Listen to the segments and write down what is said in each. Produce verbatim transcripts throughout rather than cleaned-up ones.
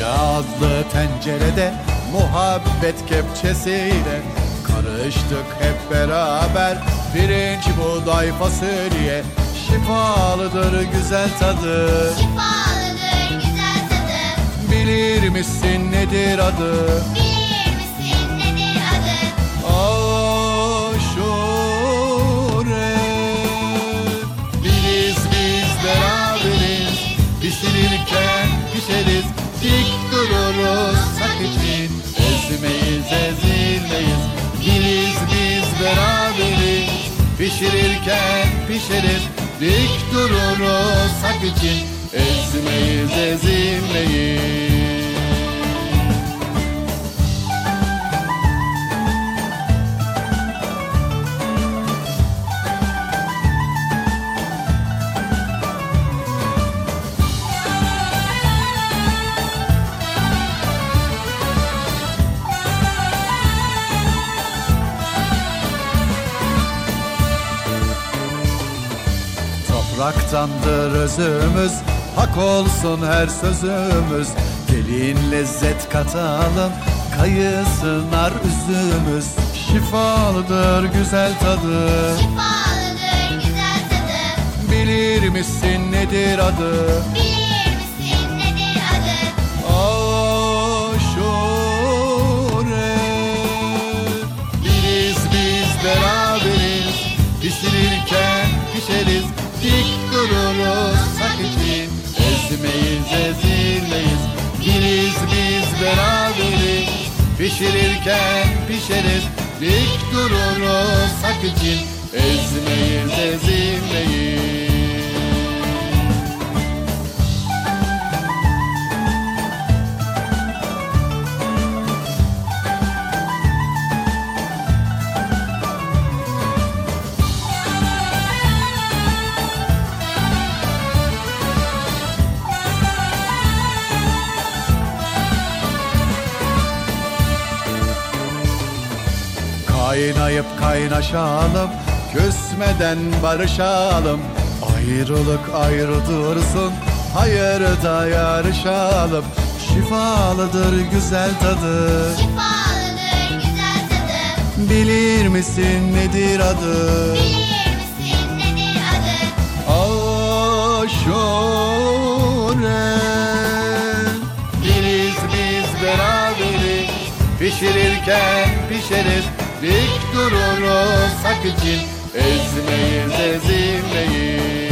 Yağlı tencerede muhabbet kepçesiyle karıştık hep beraber. Pirinç, buğday, fasulye, şifalıdır güzel tadı. Şifalıdır güzel tadı. Bilir misin nedir adı? Bilir misin nedir adı? Aşure. Biriz biz beraberiz, pişirirken pişeriz, dik dururuz hak için, ezmeyiz ezilmeyiz. Biriz biz beraberiz, pişirirken pişeriz, dik dururuz hak için, ezmeyiz ezilmeyiz. Topraktandır özümüz, hak olsun her sözümüz. Gelin lezzet katalım, kayısı nar üzümüz. Şifalıdır güzel tadı. Şifalıdır güzel tadı. Bilir misin nedir adı? Bilir misin nedir adı? Aşure. Biriz biz beraberiz, pişirirken pişeriz, dik dururuz hak için, ezmeyiz ezilmeyiz. Biriz biz beraberiz, pişirirken pişeriz, dik dururuz hak için, ezmeyiz ezilmeyiz. Kaynayıp kaynaşalım, küsmeden barışalım. Ayrılık ayrı dursun, hayırda yarışalım. Şifalıdır güzel tadı. Şifalıdır güzel tadı. Bilir misin nedir adı? Bilir misin nedir adı? Aşure. Biriz biz beraberiz, pişirirken pişeriz, dik dururuz hak için, ezmeyiz ezilmeyiz.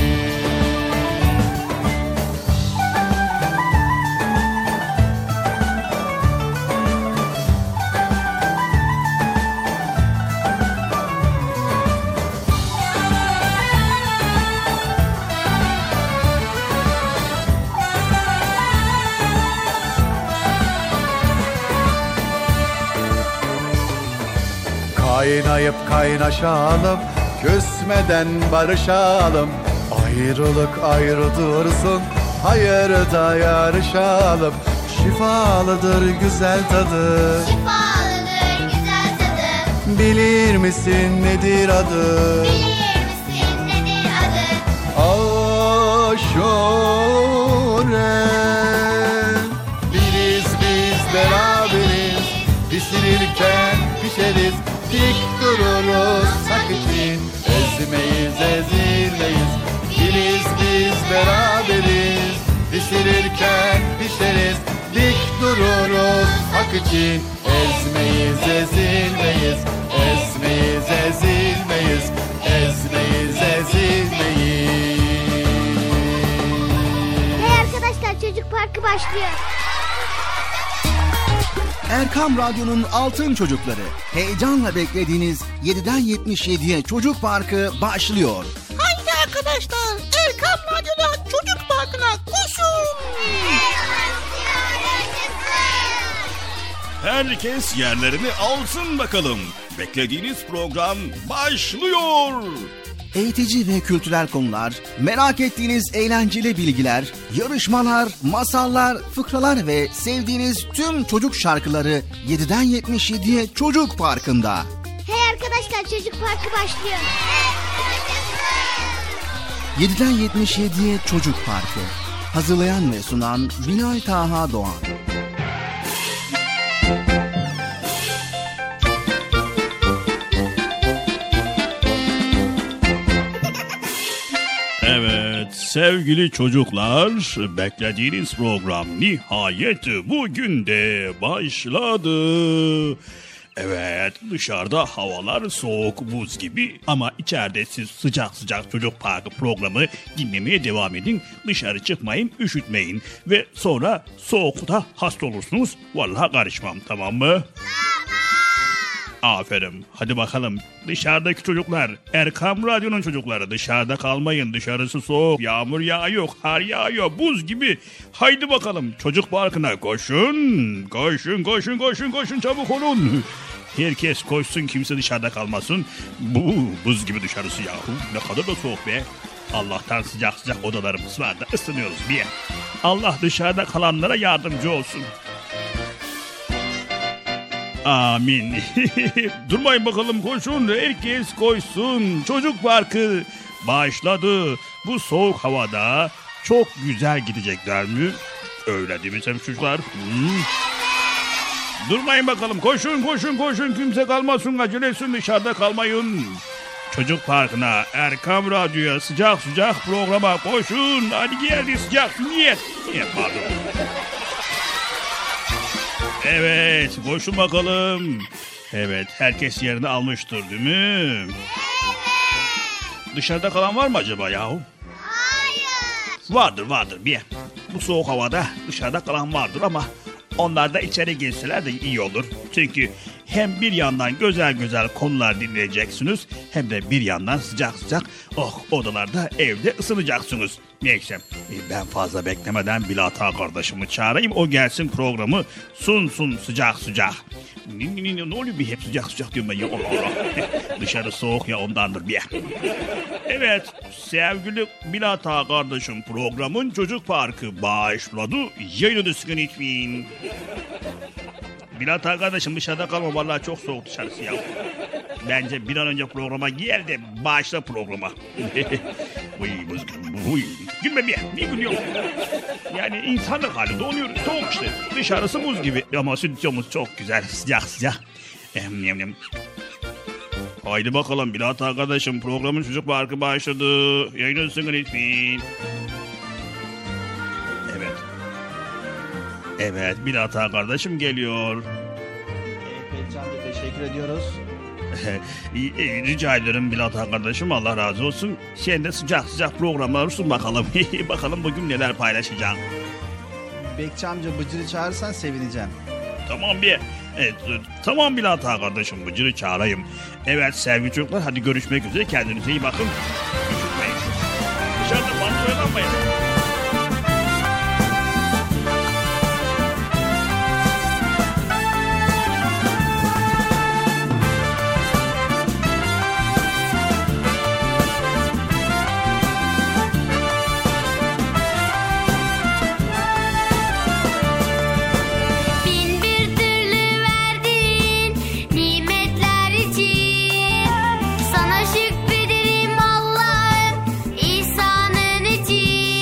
Kaynayıp kaynaşalım, küsmeden barışalım. Ayrılık ayrı dursun, hayırda yarışalım. Şifalıdır güzel tadı. Şifalıdır güzel tadı. Bilir misin nedir adı? Bilir misin nedir adı? Aşure. Biriz biz beraberiz, pişirirken pişeriz, dik dururuz hak için, ezmeyiz ezilmeyiz. Biriz biz beraberiz, pişirirken pişeriz, dik dururuz hak için, ezmeyiz ezilmeyiz. Ezmeyiz ezilmeyiz, ezmeyiz ezilmeyiz. Hey arkadaşlar, Çocuk Parkı başlıyor. Erkam Radyo'nun Altın Çocukları. Heyecanla beklediğiniz yediden yetmiş yediye Çocuk Parkı başlıyor. Haydi arkadaşlar, Erkam Radyo'da Çocuk Parkı'na koşun. Herkes yerlerini alsın bakalım. Beklediğiniz program başlıyor. Eğitici ve kültürel konular, merak ettiğiniz eğlenceli bilgiler, yarışmalar, masallar, fıkralar ve sevdiğiniz tüm çocuk şarkıları yediden yetmiş yediye Çocuk Parkı'nda. Hey arkadaşlar, Çocuk Parkı başlıyor. yediden yetmiş yediye Çocuk Parkı. Hazırlayan ve sunan Bilal Taha Doğan. Evet sevgili çocuklar, beklediğiniz program nihayet bugün de başladı. Evet, dışarıda havalar soğuk buz gibi ama içeride siz sıcak sıcak çocuk parkı programı dinlemeye devam edin. Dışarı çıkmayın, üşütmeyin ve sonra soğukta hasta olursunuz. Vallahi karışmam, tamam mı? Aferin. Hadi bakalım. Dışarıdaki çocuklar, Erkam Radyo'nun çocukları, dışarıda kalmayın. Dışarısı soğuk, yağmur yağıyor, kar yağıyor, buz gibi. Haydi bakalım çocuk parkına koşun. Koşun, koşun, koşun, koşun, çabuk olun. Herkes koşsun, kimse dışarıda kalmasın. Bu buz gibi dışarısı yahu. Ne kadar da soğuk be. Allah'tan sıcak sıcak odalarımız var da ısınıyoruz bir. Allah dışarıda kalanlara yardımcı olsun. Amin. Durmayın bakalım, koşun. Herkes koşsun. Çocuk parkı başladı. Bu soğuk havada çok güzel gidecekler mi? Öyle değil mi çocuklar? Hmm. Durmayın bakalım. Koşun koşun koşun. Kimse kalmasın. Acele etsin, dışarıda kalmayın. Çocuk parkına, Erkam Radyo'ya, sıcak sıcak programa koşun. Hadi geldi sıcak niyet. Niyet pardon. Evet, koşun bakalım. Evet, herkes yerini almıştır değil mi? Evet. Dışarıda kalan var mı acaba yahu? Hayır. Vardır, vardır bir. Bu soğuk havada dışarıda kalan vardır ama onlar da içeri girseler de iyi olur. Çünkü hem bir yandan güzel güzel konular dinleyeceksiniz hem de bir yandan sıcak sıcak oh odalarda evde ısınacaksınız. Neyse ben fazla beklemeden Bilata kardeşimi çağırayım, o gelsin programı sunsun sıcak sıcak. Ne, ne, ne, ne oluyor bir hep sıcak sıcak diyorum ben ya, Allah Allah. Dışarı soğuk ya, ondandır bir. Evet sevgili Bilata kardeşim, programın Çocuk Parkı başladı. Yayını düzgün etmeyin. Bilata kardeşim dışarıda kalma, vallahi çok soğuk dışarısı ya. Bence bir an önce programa gel de başla programa. Uy, uy. Gülme bir, niye gülüyorsun? Yani insanlık hali, donuyoruz, soğuk işte. Dışarısı buz gibi ama stüdyomuz çok güzel, sıcak sıcak. Em, em, em. Haydi bakalım Bilata kardeşim, programın Çocuk Parkı başladı. Yayını sıkın etmeyin. Evet. Evet, Bilata kardeşim geliyor. Evet Bekcan Bey, teşekkür ediyoruz. Rica ederim Bilata kardeşim, Allah razı olsun. Sen de sıcak sıcak programlar sun bakalım. Bakalım bugün neler paylaşacaksın. Bekçi amca, Bıcır'ı çağırırsan sevineceğim. Tamam bir. Evet, tamam Bilata kardeşim, Bıcır'ı çağırayım. Evet sevgili çocuklar, hadi görüşmek üzere, kendinize iyi bakın. Üşütmeyin. Dışarıda fazla oyalanmayın. Sana şükrederim Allah'ım ihsanın için.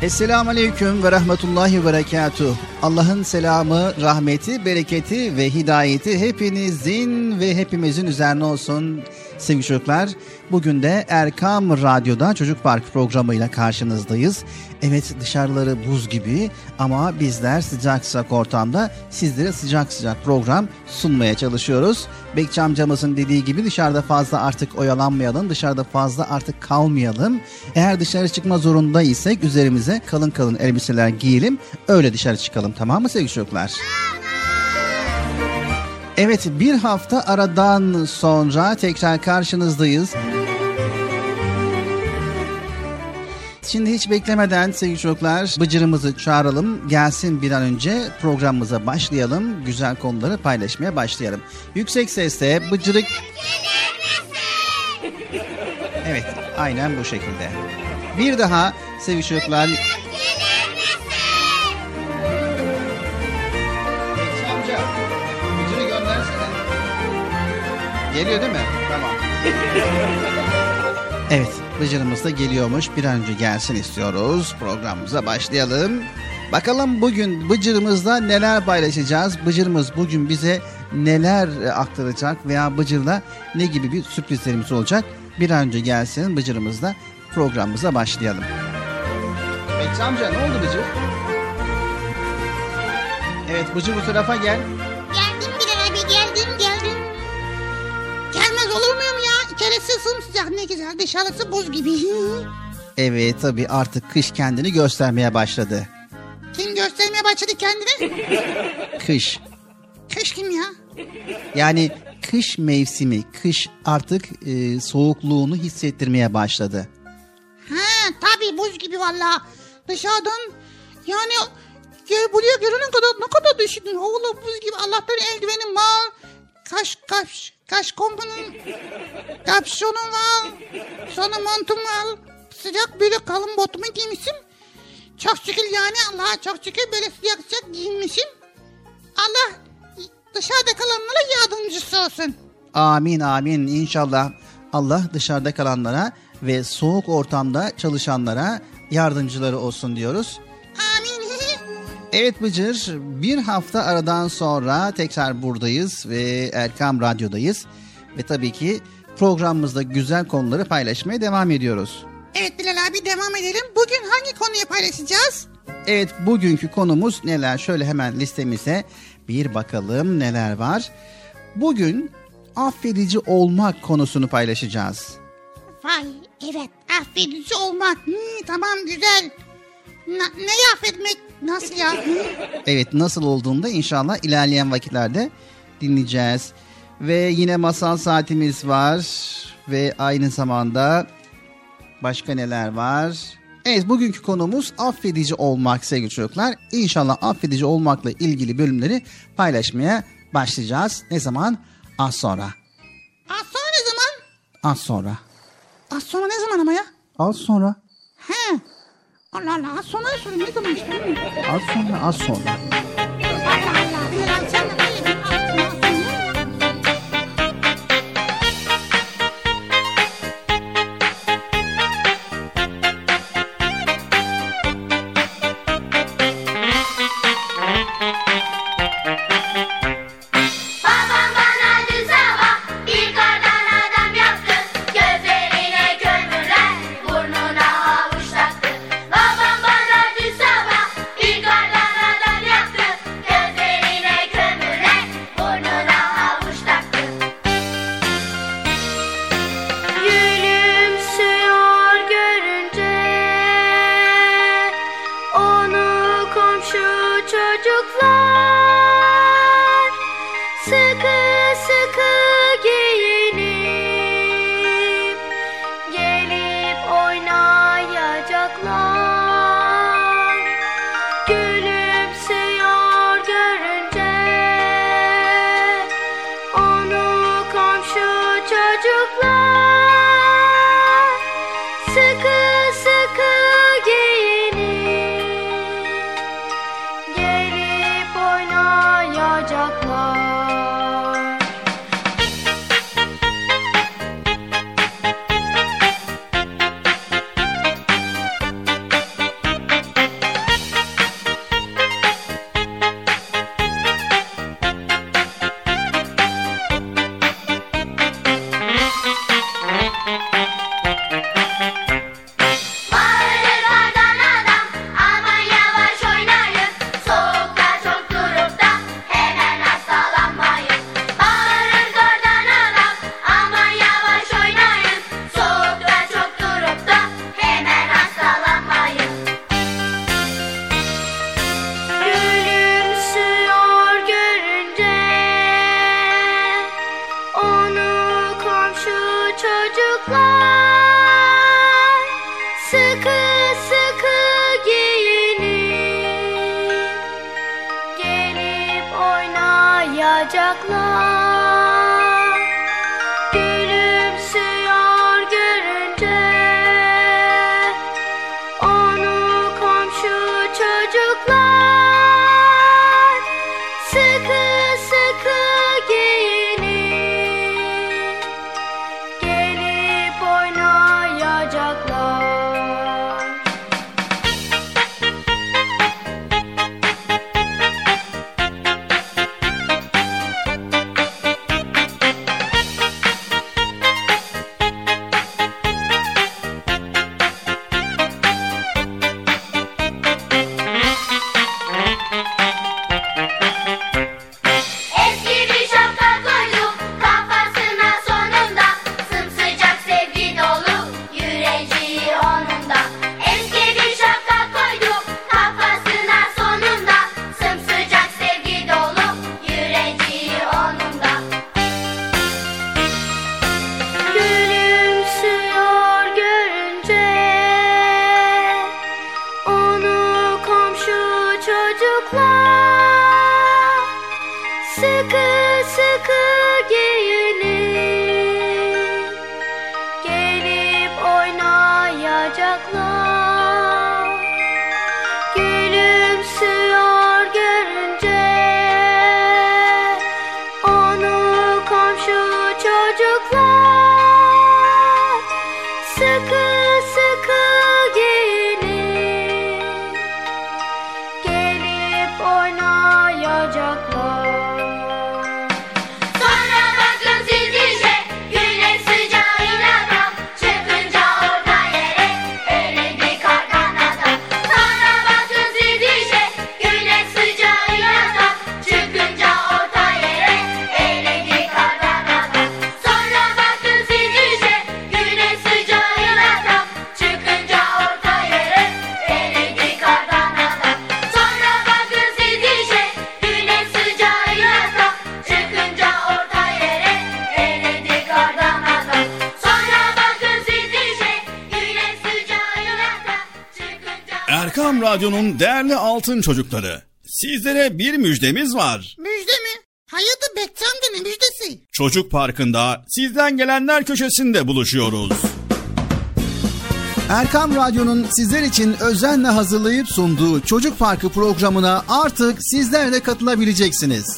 Esselamu Aleyküm ve Rahmetullahi ve Berekatuhu. Allah'ın selamı, rahmeti, bereketi ve hidayeti hepinizin ve hepimizin üzerine olsun sevgili çocuklar. Bugün de Erkam Radyo'da Çocuk Park programıyla karşınızdayız. Evet, dışarıları buz gibi ama bizler sıcak sıcak ortamda sizlere sıcak sıcak program sunmaya çalışıyoruz. Bekçi amcamızın dediği gibi dışarıda fazla artık oyalanmayalım, dışarıda fazla artık kalmayalım. Eğer dışarı çıkma zorundaysak üzerimize kalın kalın elbiseler giyelim, öyle dışarı çıkalım, tamam mı sevgili çocuklar? Evet, bir hafta aradan sonra tekrar karşınızdayız. Şimdi hiç beklemeden sevgili çocuklar Bıcır'ımızı çağıralım. Gelsin, bir an önce programımıza başlayalım. Güzel konuları paylaşmaya başlayalım. Yüksek sesle Bıcır'ık... Evet, aynen bu şekilde. Bir daha sevgili çocuklar... Bekçi amca, Bıcır'ı göndersene. Geliyor değil mi? Tamam. Evet, Bıcır'ımız da geliyormuş. Bir an önce gelsin istiyoruz. Programımıza başlayalım. Bakalım bugün Bıcır'ımızla neler paylaşacağız? Bıcır'ımız bugün bize neler aktaracak veya Bıcır'la ne gibi bir sürprizlerimiz olacak? Bir an önce gelsin, Bıcır'ımızla programımıza başlayalım. Bekçi amca, ne oldu Bıcır? Evet, Bıcır bu tarafa gel. Geldim Bilal abi, geldim geldim. Gelmez olur muyum ya? İçerisi sımsıcak, ne güzel, dışarısı buz gibi. Evet, tabii artık kış kendini göstermeye başladı. Kim göstermeye başladı kendini? Kış. Kış kim ya? Yani kış mevsimi, kış artık e, soğukluğunu hissettirmeye başladı. Ha tabii, buz gibi valla. Dışarıdan yani gel buraya gelene kadar ne kadar düşündün. Oğlum buz gibi, Allah'tan eldivenim var. Kaş kaş kaş kompunun kapşonum var. Sonra montum var. Sıcak böyle kalın botumu giymişim. Çok şükür yani, Allah'a çok şükür böyle sıcak sıcak giyinmişim. Allah dışarıda kalanlara yardımcısı olsun. Amin amin, inşallah Allah dışarıda kalanlara ve soğuk ortamda çalışanlara yardımcıları olsun diyoruz. Amin. Evet Bıcır, bir hafta aradan sonra tekrar buradayız ve Erkam Radyo'dayız. Ve tabii ki programımızda güzel konuları paylaşmaya devam ediyoruz. Evet Bilal abi, devam edelim. Bugün hangi konuyu paylaşacağız? Evet, bugünkü konumuz neler? Şöyle hemen listemize bir bakalım neler var. Bugün affedici olmak konusunu paylaşacağız. Vay, evet, affedici olmak. Hmm, tamam, güzel. Na, neyi affetmek? Nasıl ya? Evet, nasıl olduğunda inşallah ilerleyen vakitlerde dinleyeceğiz. Ve yine masal saatimiz var ve aynı zamanda başka neler var? Evet, bugünkü konumuz affedici olmak sevgili çocuklar. İnşallah affedici olmakla ilgili bölümleri paylaşmaya başlayacağız. Ne zaman? Az sonra. Az sonra ne zaman? Az sonra. Az sonra ne zaman ama ya? Az sonra. He. Allah Allah, az sonra sorayım, ne zaman işte? Az sonra, az sonra. Allah Allah, Bilal abi sen de böyle bir az sonra, az sonra. Babam bana dün sabah bir kardan adam yaptı. Gözlerine kömürler, burnuna havuç taktı. Babam bana dün sabah bir kardan adam yaptı. Gözlerine kömürler, burnuna havuç taktı. Gülümsüyor görünce onu komşu çocuklar. Sıkı sıkı giyinip gelip oynayacaklar. Gülümsüyor görünce onu komşu çocuklar. Sıkı sıkı giyinip gelip oynayacaklar. oynamayacaklar. Gülümsüyor görünce onu komşu çocuklar, sıkı sıkı giyinip gelip oynayacaklar. Eski bir şapka koyduk kafasına sonunda, sımsıcak sevgi dolu yüreği onunda. Eski bir şapka koyduk kafasına sonunda, sımsıcak sevgi dolu yüreği onunda. Gülümsüyor görünce onu komşu çocuklar, sıkı sıkı giyinip gelip oynayacaklar. Gülümsüyor görünce onu komşu çocuklar, sıkı sıkı giyinip gelip oynayacaklar. Sonra bakın siz işe, güneş sıcağıyla tam çıkınca orta yere eridi kardan adam. Sonra bakın siz işe, güneş sıcağıyla tam çıkınca orta yere eridi kardan adam. Sonra bakın siz işe, güneş sıcağıyla tam çıkınca orta yere eridi kardan adam. Sonra bakın siz işe, güneş sıcağıyla tam çıkınca orta yere eridi kardan adam. Sonra bakın siz işe, güneş sıcağıyla tam çıkınca. Erkam Radyo'nun değerli altın çocukları, sizlere bir müjdemiz var. Müjde mi? Hayırdır Bekçi amca, ne müjdesi? Çocuk Parkı'nda sizden gelenler köşesinde buluşuyoruz. Erkam Radyo'nun sizler için özenle hazırlayıp sunduğu Çocuk Parkı programına artık sizler de katılabileceksiniz.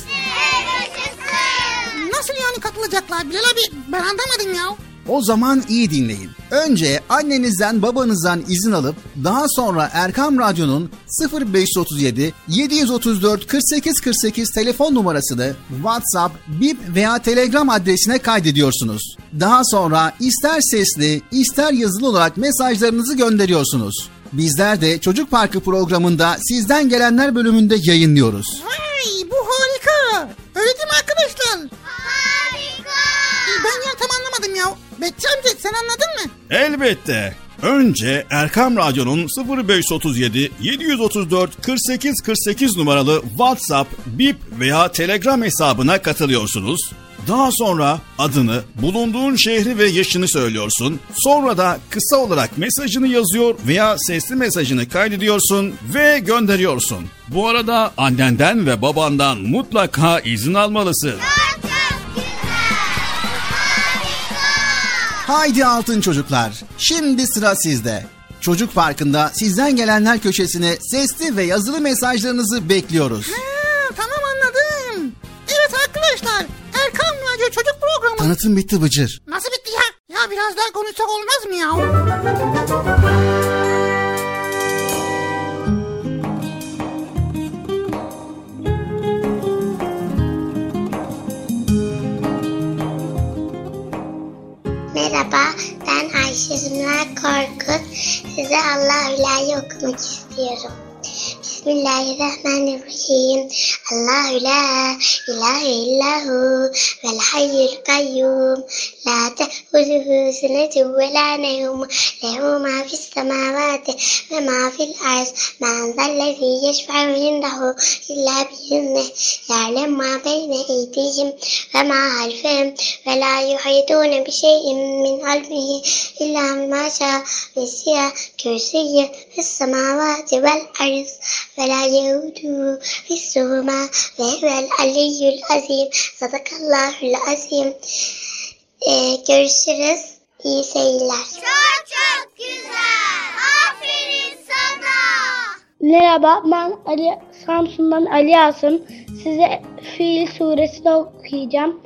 Nasıl yani katılacaklar Bilal abi? Ben anlamadım ya. O zaman iyi dinleyin. Önce annenizden babanızdan izin alıp daha sonra Erkam Radyo'nun sıfır beş otuz yedi yedi otuz dört kırk sekiz kırk sekiz telefon numarasını WhatsApp, Bip veya Telegram adresine kaydediyorsunuz. Daha sonra ister sesli ister yazılı olarak mesajlarınızı gönderiyorsunuz. Bizler de Çocuk Parkı programında sizden gelenler bölümünde yayınlıyoruz. Vay, bu harika. Öyle değil mi arkadaşlar? Harika. Ben ya tam anlamadım ya. Bekçi amca sen anladın mı? Elbette. Önce Erkam Radyo'nun sıfır beş otuz yedi yedi otuz dört kırk sekiz kırk sekiz numaralı WhatsApp, Bip veya Telegram hesabına katılıyorsunuz. Daha sonra adını, bulunduğun şehri ve yaşını söylüyorsun. Sonra da kısa olarak mesajını yazıyor veya sesli mesajını kaydediyorsun ve gönderiyorsun. Bu arada annenden ve babandan mutlaka izin almalısın. Haydi altın çocuklar, şimdi sıra sizde. Çocuk Parkı'nda sizden gelenler köşesine sesli ve yazılı mesajlarınızı bekliyoruz. Ha, tamam anladım. Evet arkadaşlar, Erkam Radyo Çocuk Programı. Tanıtım bitti Bıcır. Nasıl bitti ya? Ya biraz daha konuşsak olmaz mı ya? Merhaba, ben Ayşe Zümra Korkut. Size Allahü'l okumak istiyorum. Bismillahirrahmanirrahim. Allahu la ilahe illahu vel hayyul kayyum. La te'huzuhu sinetun ve la nevm. Lehu ma fis semavati ve ma fil arz. Men zellezi yeşfe'u indehu illa biiznih. Ya'lem ma beyne eydihim ve ma halfehum ve la yuhitune bi şey'in min ilmihi illa ma şa. Ve siyah kürsiyye fis semavati vel arz. ولا يؤوده حفظهما وهو العلي العظيم. Sadakallahul azim. Ee, görüşürüz. İyi seyirler. Çok çok güzel. Aferin sana. Merhaba, ben Ali, Samsun'dan Ali Asım. Size Fil suresini okuyacağım.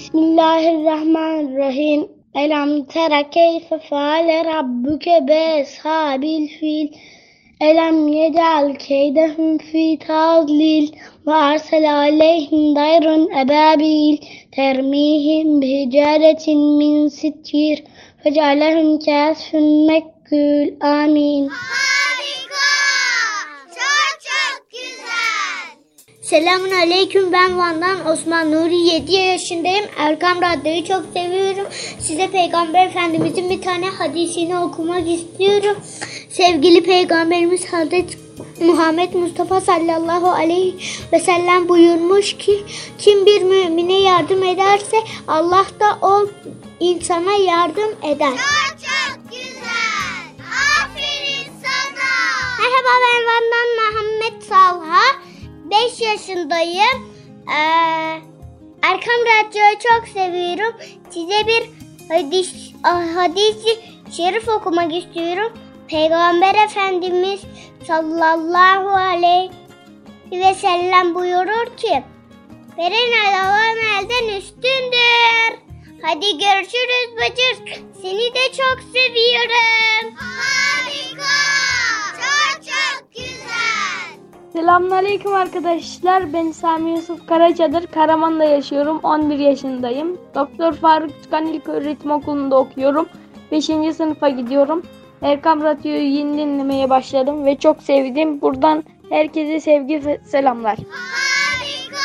Bismillahirrahmanirrahim. Elem tera keyfe feale rabbuke be ashabil fil. Elem yec'al keydehum fi tadlil ve arsele aleyhim dayrun ebabil termihim bihicaretin min sittir fec'alehum kâsfün mekkül. Amin. Harika. Çok çok güzel. Selamun aleyküm, ben Van'dan Osman Nuri, yedi yaşındayım. Erkam Radyo'yu çok seviyorum. Size Peygamber Efendimizin bir tane hadisini okumak istiyorum. Sevgili Peygamberimiz Hazreti Muhammed Mustafa sallallahu aleyhi ve sellem buyurmuş ki kim bir mümine yardım ederse Allah da o insana yardım eder. Çok çok güzel. Aferin sana. Merhaba, ben Van'dan Muhammed Salha. beş yaşındayım. Ee, Erkam Radyo'yu çok seviyorum. Size bir hadis, hadisi şerif okumak istiyorum. Peygamber Efendimiz sallallahu aleyhi ve sellem buyurur ki veren Allah'ın elden üstündür. Hadi görüşürüz bacır. Seni de çok seviyorum. Harika. Çok çok güzel. Selamünaleyküm arkadaşlar. Ben Sami Yusuf Karaçadır. Karaman'da yaşıyorum. on bir yaşındayım. Doktor Faruk Çıkan İlköğretim Okulu'nda okuyorum. beşinci sınıfa gidiyorum. Erkam Radyo'yu yeni dinlemeye başladım ve çok sevdim. Buradan herkese sevgi ve selamlar. Harika.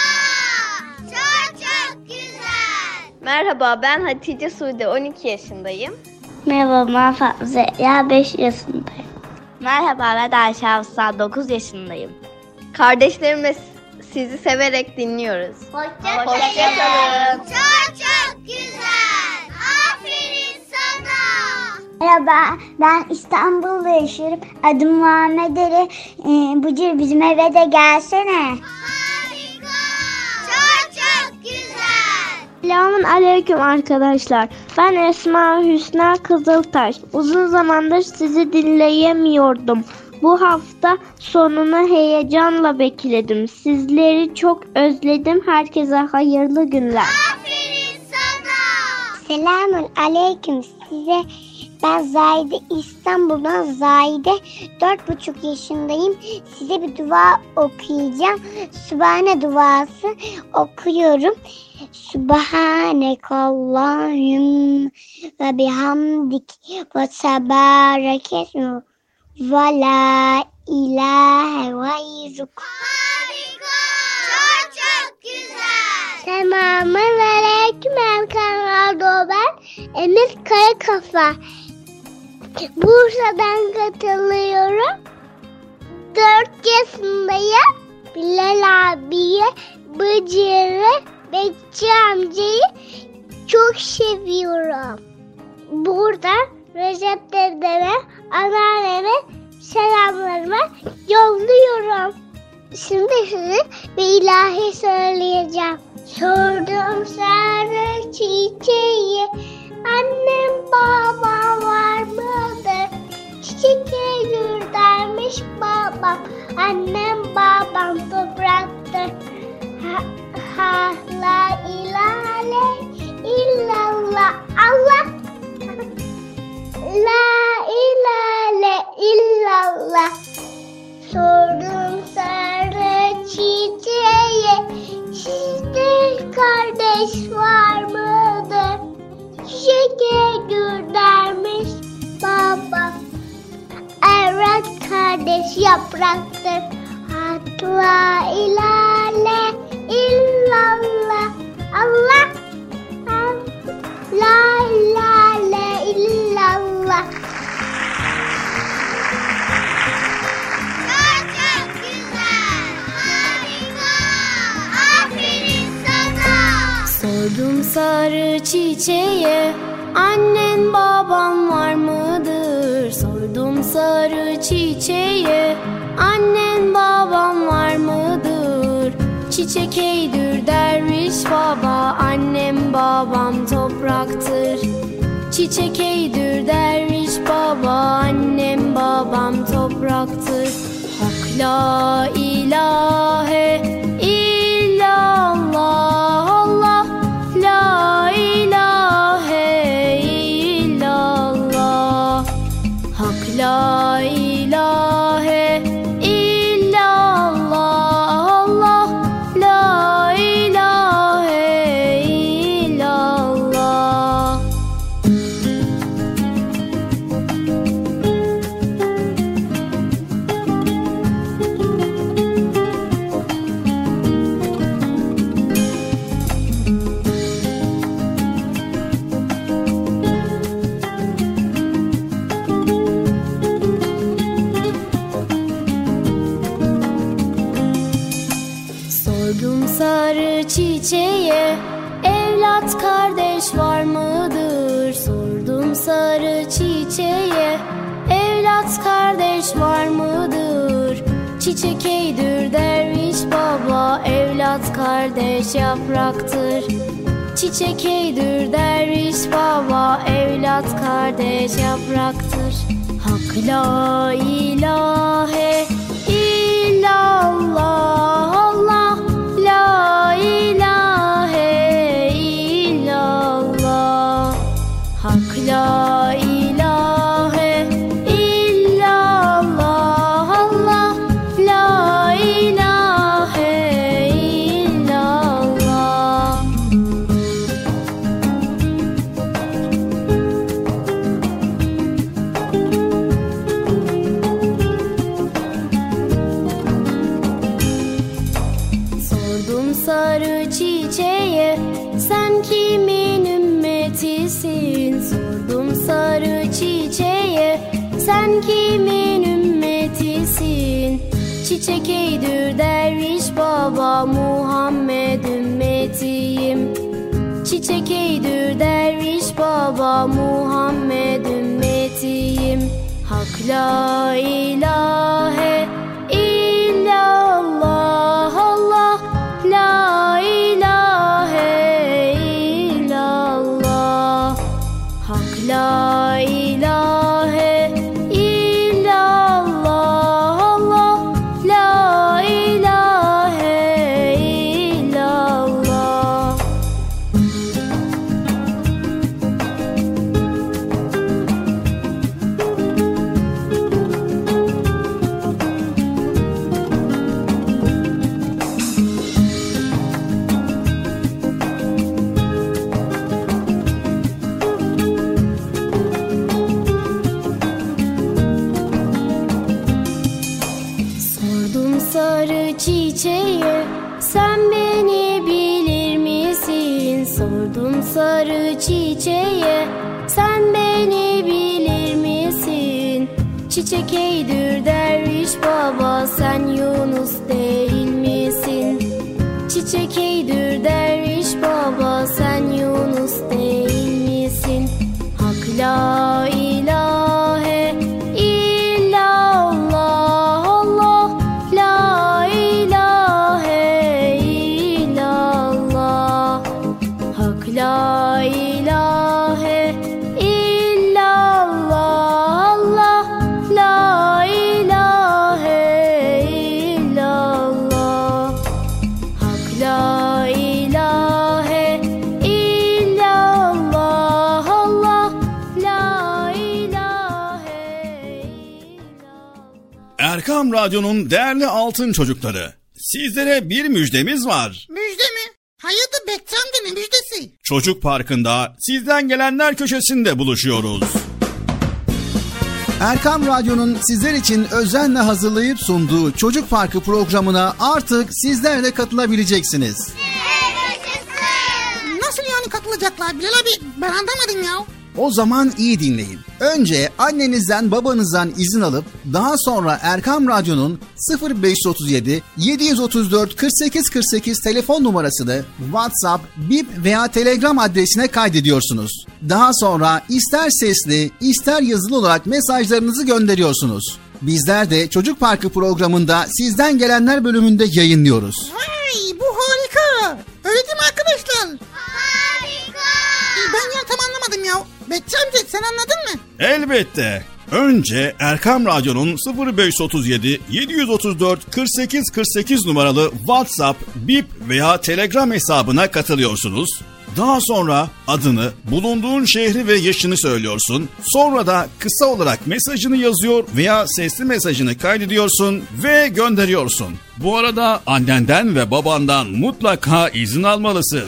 Çok çok güzel. Merhaba, ben Hatice Sude, on iki yaşındayım. Merhaba, ben Fatma Zehra, beş yaşındayım. Merhaba, ben Ayşe Hafsa, dokuz yaşındayım. Kardeşlerimle sizi severek dinliyoruz. Hoşça Hoşçakalın. Çok çok güzel. Aferin sana. Merhaba, ben İstanbul'da yaşıyorum. Adım Muhammed Ali. Ee, Bıcır bizim eve de gelsene. Harika. Çok çok güzel. Selamun aleyküm arkadaşlar. Ben Esma Hüsna Kızıltaş. Uzun zamandır sizi dinleyemiyordum. Bu hafta sonunu heyecanla bekledim. Sizleri çok özledim. Herkese hayırlı günler. Aferin sana. Selamun aleyküm size. Ben Zahide, İstanbul'dan Zahide. Dört buçuk yaşındayım. Size bir dua okuyacağım. Sübhane duası okuyorum. Subhanekallahüm ve bihamdik ve tebarekesmu ve la ilahe gayruk. Harika. Çok çok güzel. Selamun aleyküm Erkan Radyo, ben Emir Karakafa. Bursa'dan katılıyorum. Dört yaşındayım. Bilal abiye, Bıcır'ı, Bekçi amcayı çok seviyorum. Burada Recep dedeme, anneanneme selamlarımı yolluyorum. Şimdi size bir ilahi söyleyeceğim. Sordum sana çiçeği, annem babam var mıdır? Çiçeğe yürdermiş babam, annem babam topraktır. Ha, ha la ilahe illallah Allah. La ilahe illallah. Sordum sarı çiçeğe, sizde kardeş var mıdır? Çiçeğe göndermiş baba, evet kardeş yapraktır. La ilahe illallah Allah. La ilahe illallah. Çok çok güzel. Harika. Aferin sana. Sordum sarı çiçeğe, annen baban var mıdır? Sordum sarı çiçeğe, annen baban Çiçek eydür derviş baba, annem babam topraktır. Çiçek eydür derviş baba, annem babam topraktır. Hak la ilahe illallah, Allah la ilahe illallah. Hak la ilahe illallah, Allah la ilahe illallah. Sordum sarı çiçeğe, evlat kardeş var mıdır? Sordum sarı çiçeğe, evlat kardeş var mıdır? Çiçek eydür derviş baba, evlat kardeş yapraktır. Çiçek eydür derviş baba, evlat kardeş yapraktır. Hak la ilahe illallah, Allah la ilahe illallah. Hak la ilahe illallah, Allah la ilahe illallah. Sordum sarı çiçeğe, sen kimin ümmetisin? Sordum sarı çiçeğe, sen kimin ümmetisin? Çiçek eydür derviş baba, Muhammed ümmetiyim. Çiçek eydür derviş baba, Muhammed ümmetiyim. Hak la ilahe illallah, Allah la ilahe illallah. Hak la ilahe illallah, Allah la ilahe illallah. Sordum sarı çiçeğe, sen beni bilir misin? Sordum sarı çiçeğe, sen beni bilir misin? Çiçek eydür derviş baba, sen Yunus değil misin? Çiçek eydür derviş baba, sen Yunus değil misin? Hak la ilahe illallah, Allah la ilahe illallah. Hak la ilahe illallah, Allah la ilahe illallah. Hak la ilahe illallah, Allah la ilahe illallah. Erkam Radyo'nun değerli altın çocukları, sizlere bir müjdemiz var. Müjde mi? Hayırdır Bekçi amca, ne müjdesi? Çocuk Parkı'nda sizden gelenler köşesinde buluşuyoruz. Erkam Radyo'nun sizler için özenle hazırlayıp sunduğu Çocuk Parkı programına artık sizler de katılabileceksiniz. Nasıl yani katılacaklar Bilal abi? Ben anlamadım ya. O zaman iyi dinleyin. Önce annenizden babanızdan izin alıp daha sonra Erkam Radyo'nun sıfır beş otuz yedi yedi otuz dört kırk sekiz kırk sekiz telefon numarasını WhatsApp, Bip veya Telegram adresine kaydediyorsunuz. Daha sonra ister sesli ister yazılı olarak mesajlarınızı gönderiyorsunuz. Bizler de Çocuk Parkı programında sizden gelenler bölümünde yayınlıyoruz. Vay, bu Öyle değil mi arkadaşlar? Harika. Ben ya tam anlamadım ya. Bekçi amca sen anladın mı? Elbette. Önce Erkam Radyo'nun sıfır beş otuz yedi yedi otuz dört kırk sekiz kırk sekiz numaralı WhatsApp, Bip veya Telegram hesabına katılıyorsunuz. Daha sonra adını, bulunduğun şehri ve yaşını söylüyorsun. Sonra da kısa olarak mesajını yazıyor veya sesli mesajını kaydediyorsun ve gönderiyorsun. Bu arada annenden ve babandan mutlaka izin almalısın.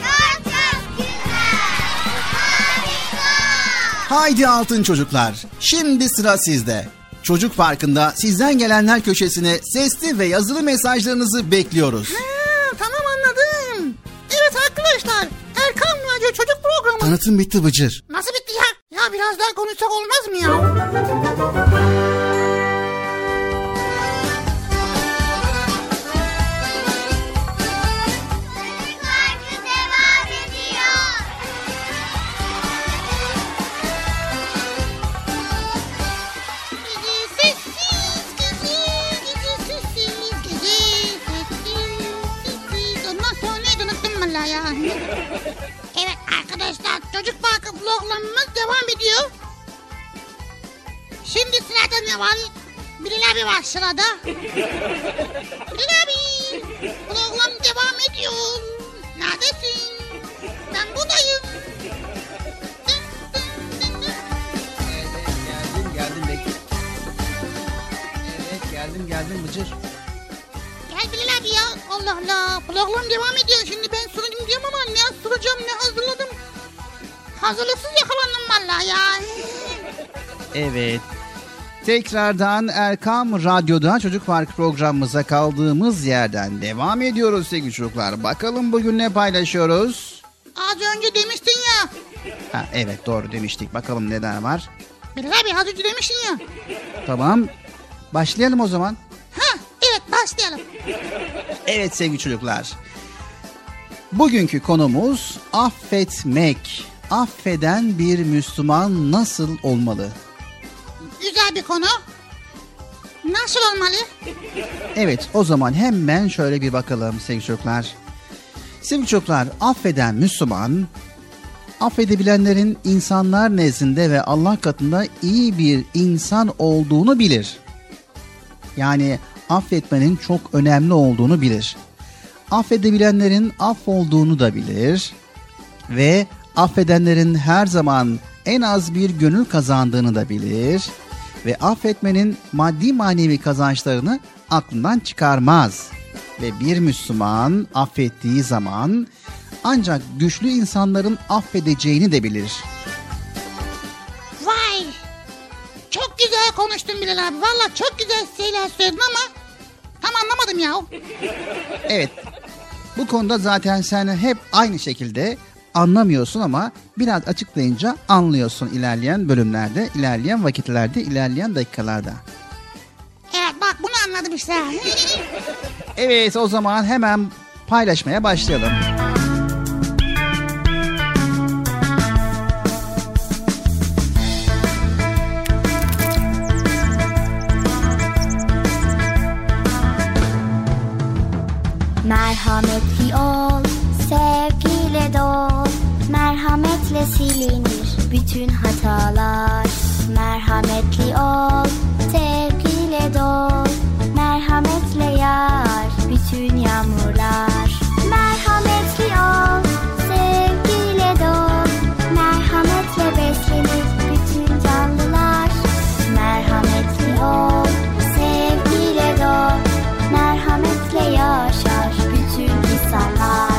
Haydi altın çocuklar, şimdi sıra sizde. Çocuk Parkı'nda sizden gelenler köşesine sesli ve yazılı mesajlarınızı bekliyoruz. Ha, tamam anladım. Evet arkadaşlar, Erkam Radyo Çocuk Programı. Tanıtım bitti Bıcır. Nasıl bitti ya? Ya biraz daha konuşsak olmaz mı ya? Ya. Evet arkadaşlar, Çocuk Parkı vloglarımız devam ediyor. Şimdi sırada ne var? Bilal abi var sırada. Bilal abi, vloglarım devam ediyor. Neredesin? Ben buradayım. Geldim geldim bekle. Evet geldim geldim Bıcır. Gel Bilal abi ya. Allah Allah. Vloglarım devam ediyor. Şimdi ben sunayım diyorum ama ne sunacağım ne hazırladım. Hazırlıksız yakalandım vallahi ya. Evet. Tekrardan Erkam Radyo'da Çocuk Parkı programımıza kaldığımız yerden devam ediyoruz sevgili çocuklar. Bakalım bugün ne paylaşıyoruz? Az önce demiştin ya. Ha, evet doğru demiştik. Bakalım neler var. Bilal abi az önce demiştin ya. Tamam. Başlayalım o zaman. Ha, evet başlayalım. Evet sevgili çocuklar. Bugünkü konumuz affetmek. Affeden bir Müslüman nasıl olmalı? Güzel bir konu. Nasıl olmalı? Evet o zaman hemen şöyle bir bakalım sevgili çocuklar. Sevgili çocuklar, affeden Müslüman, affedebilenlerin insanlar nezdinde ve Allah katında iyi bir insan olduğunu bilir. Yani affetmenin çok önemli olduğunu bilir. Affedebilenlerin affolduğunu da bilir ve affedenlerin her zaman en az bir gönül kazandığını da bilir ve affetmenin maddi manevi kazançlarını aklından çıkarmaz. Ve bir Müslüman affettiği zaman ancak güçlü insanların affedeceğini de bilir. Vay! Çok güzel konuştun Bilal abi. Valla çok güzel şeyler söyledin ama tam anlamadım ya. Evet, bu konuda zaten sen hep aynı şekilde anlamıyorsun ama biraz açıklayınca anlıyorsun ilerleyen bölümlerde, ilerleyen vakitlerde, ilerleyen dakikalarda. Evet bak bunu anladım işte. Evet o zaman hemen paylaşmaya başlayalım. Merhametli ol, sevgiyle dol, merhametle silinir bütün hatalar. Merhametli ol, sevgiyle dol, merhametle yağar bütün yağmurlar. Merhametli ol, sevgiyle dol, merhametle beslenir bütün canlılar. Merhametli ol, sevgiyle dol, merhametle yaşar bütün insanlar.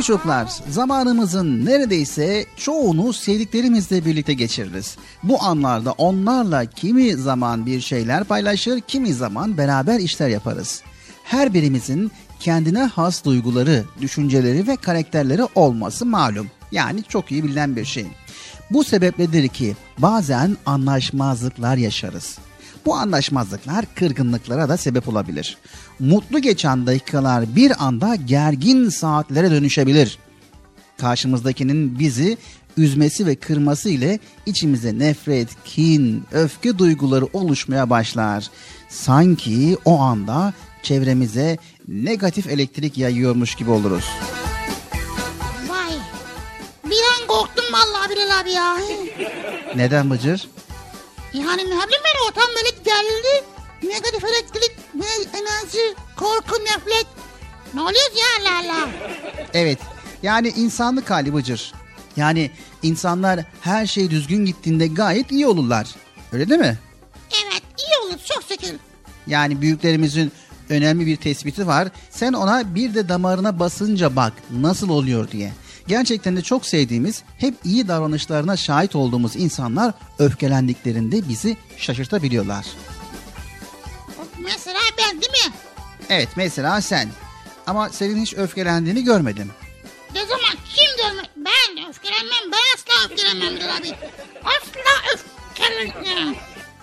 Sevgili çocuklar, zamanımızın neredeyse çoğunu sevdiklerimizle birlikte geçiririz. Bu anlarda onlarla kimi zaman bir şeyler paylaşır, kimi zaman beraber işler yaparız. Her birimizin kendine has duyguları, düşünceleri ve karakterleri olması malum. Yani çok iyi bilinen bir şey. Bu sebepledir ki bazen anlaşmazlıklar yaşarız. Bu anlaşmazlıklar kırgınlıklara da sebep olabilir. Mutlu geçen dakikalar bir anda gergin saatlere dönüşebilir. Karşımızdakinin bizi üzmesi ve kırması ile içimize nefret, kin, öfke duyguları oluşmaya başlar. Sanki o anda çevremize negatif elektrik yayıyormuş gibi oluruz. Vay. Bir an korktum vallahi Bilal abi ya. Neden Bıcır? Yani ne bileyim ben, ortam böyle gerildi. Negatif elektrik, enerji, korku, nefret. Ne oluyor ya Allah Allah. Evet, yani insanlık hali Bıcır. Yani insanlar her şey düzgün gittiğinde gayet iyi olurlar. Öyle değil mi? Evet, iyi olur çok şükür. Yani büyüklerimizin önemli bir tespiti var. Sen ona bir de damarına basınca bak nasıl oluyor diye. Gerçekten de çok sevdiğimiz, hep iyi davranışlarına şahit olduğumuz insanlar öfkelendiklerinde bizi şaşırtabiliyorlar. Mesela ben değil mi? Evet, mesela sen. Ama senin hiç öfkelendiğini görmedim. Ne zaman? Kim görmek? Ben öfkelenmem. Ben asla öfkelenmem Bilal abi. Asla öfkelenmem.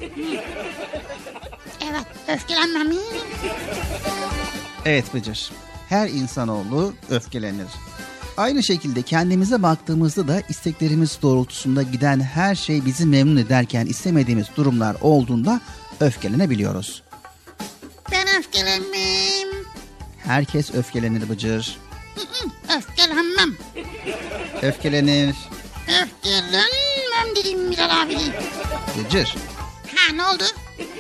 Evet, öfkelenmem. Evet Bıcır. Her insanoğlu öfkelenir. Aynı şekilde kendimize baktığımızda da isteklerimiz doğrultusunda giden her şey bizi memnun ederken istemediğimiz durumlar olduğunda öfkelenebiliyoruz. Ben öfkelenmem. Herkes öfkelenir Bıcır. Öfkelenmem. Öfkelenir. Öfkelenmem dedim Bilal abi. Bıcır. Ha, ne oldu?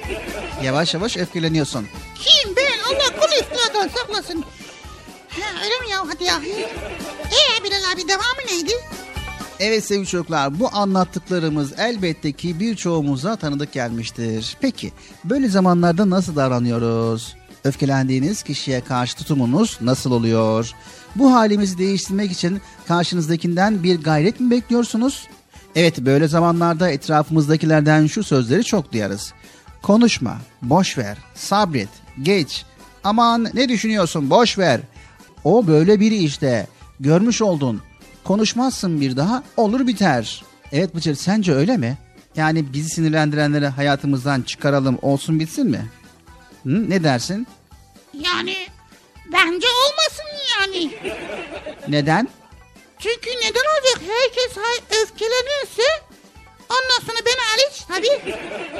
Yavaş yavaş öfkeleniyorsun. Kim ben? Allah kulu iftiradan saklasın. Ha, öyle mi ya? Hadi ya. Eee Bilal abi, devamı neydi? Evet sevgili çocuklar, bu anlattıklarımız elbette ki birçoğumuza tanıdık gelmiştir. Peki böyle zamanlarda nasıl davranıyoruz? Öfkelendiğiniz kişiye karşı tutumunuz nasıl oluyor? Bu halimizi değiştirmek için karşınızdakinden bir gayret mi bekliyorsunuz? Evet, böyle zamanlarda etrafımızdakilerden şu sözleri çok duyarız. Konuşma, boş ver, sabret, geç. Aman ne düşünüyorsun, boş ver. O böyle biri işte. Görmüş oldun. Konuşmazsın bir daha, olur biter. Evet Bıcır, sence öyle mi? Yani bizi sinirlendirenleri hayatımızdan çıkaralım, olsun bitsin mi? Hı, ne dersin? Yani bence olmasın yani. Neden? Çünkü neden olacak? Herkes hay- öfkelenirse ondan sonra ben hariç tabii.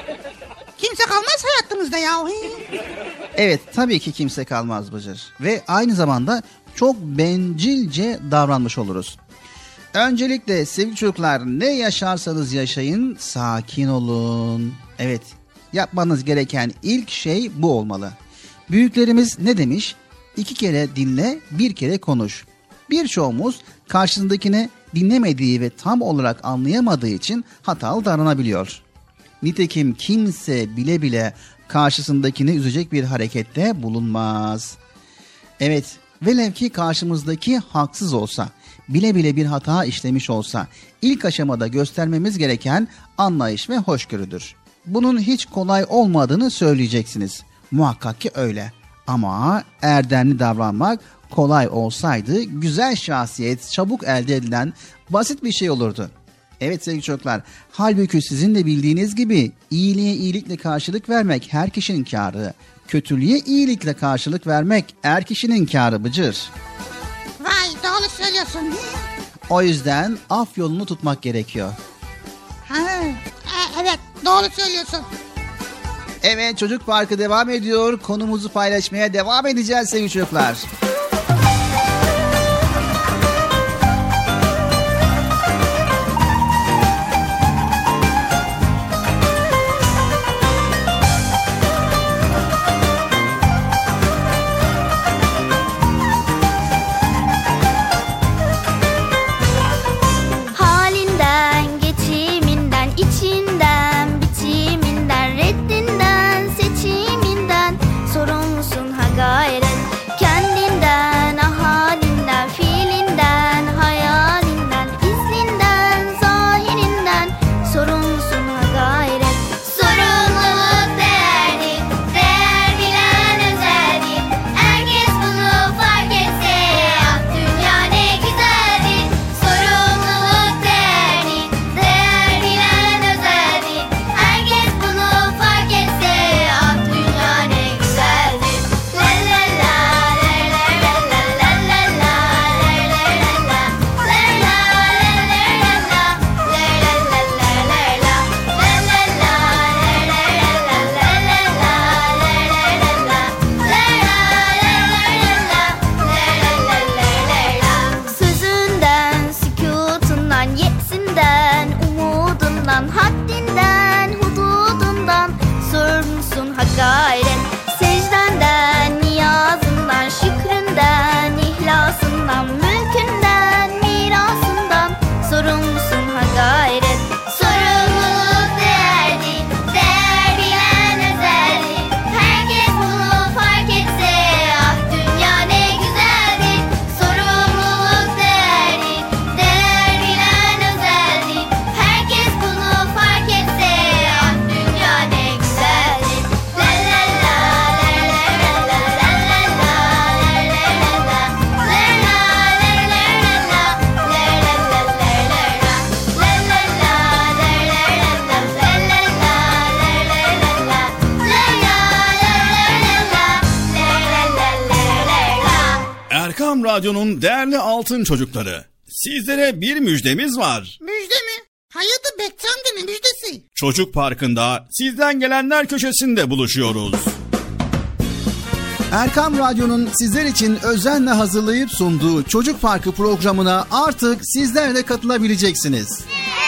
Kimse kalmaz hayatımızda ya. Evet, tabii ki kimse kalmaz Bıcır. Ve aynı zamanda çok bencilce davranmış oluruz. Öncelikle sevgili çocuklar, ne yaşarsanız yaşayın, sakin olun. Evet, yapmanız gereken ilk şey bu olmalı. Büyüklerimiz ne demiş? İki kere dinle, bir kere konuş. Birçoğumuz karşısındakini dinlemediği ve tam olarak anlayamadığı için hatalı davranabiliyor. Nitekim kimse bile bile karşısındakini üzecek bir harekette bulunmaz. Evet, velev ki karşımızdaki haksız olsa, bile bile bir hata işlemiş olsa, ilk aşamada göstermemiz gereken anlayış ve hoşgörüdür. Bunun hiç kolay olmadığını söyleyeceksiniz. Muhakkak ki öyle. Ama erdemli davranmak kolay olsaydı güzel şahsiyet çabuk elde edilen basit bir şey olurdu. Evet sevgili çocuklar, halbuki sizin de bildiğiniz gibi iyiliğe iyilikle karşılık vermek her kişinin kârı. Kötülüğe iyilikle karşılık vermek er kişinin kârı Bıcır. Vay, doğru söylüyorsun. O yüzden af yolunu tutmak gerekiyor. Ha, e, evet doğru söylüyorsun. Evet, Çocuk Parkı devam ediyor. Konumuzu paylaşmaya devam edeceğiz sevgili çocuklar. Halinden, geçiminden, içinden, bitiminden, reddinden, seçiminden sorumlusun ha gayret. Kendinden Erkam Radyo'nun değerli altın çocukları, sizlere bir müjdemiz var. Müjde mi? Hayatı Bekçam'da ne müjdesi? Çocuk Parkı'nda sizden gelenler köşesinde buluşuyoruz. Erkam Radyo'nun sizler için özenle hazırlayıp sunduğu Çocuk Parkı programına artık sizler de katılabileceksiniz.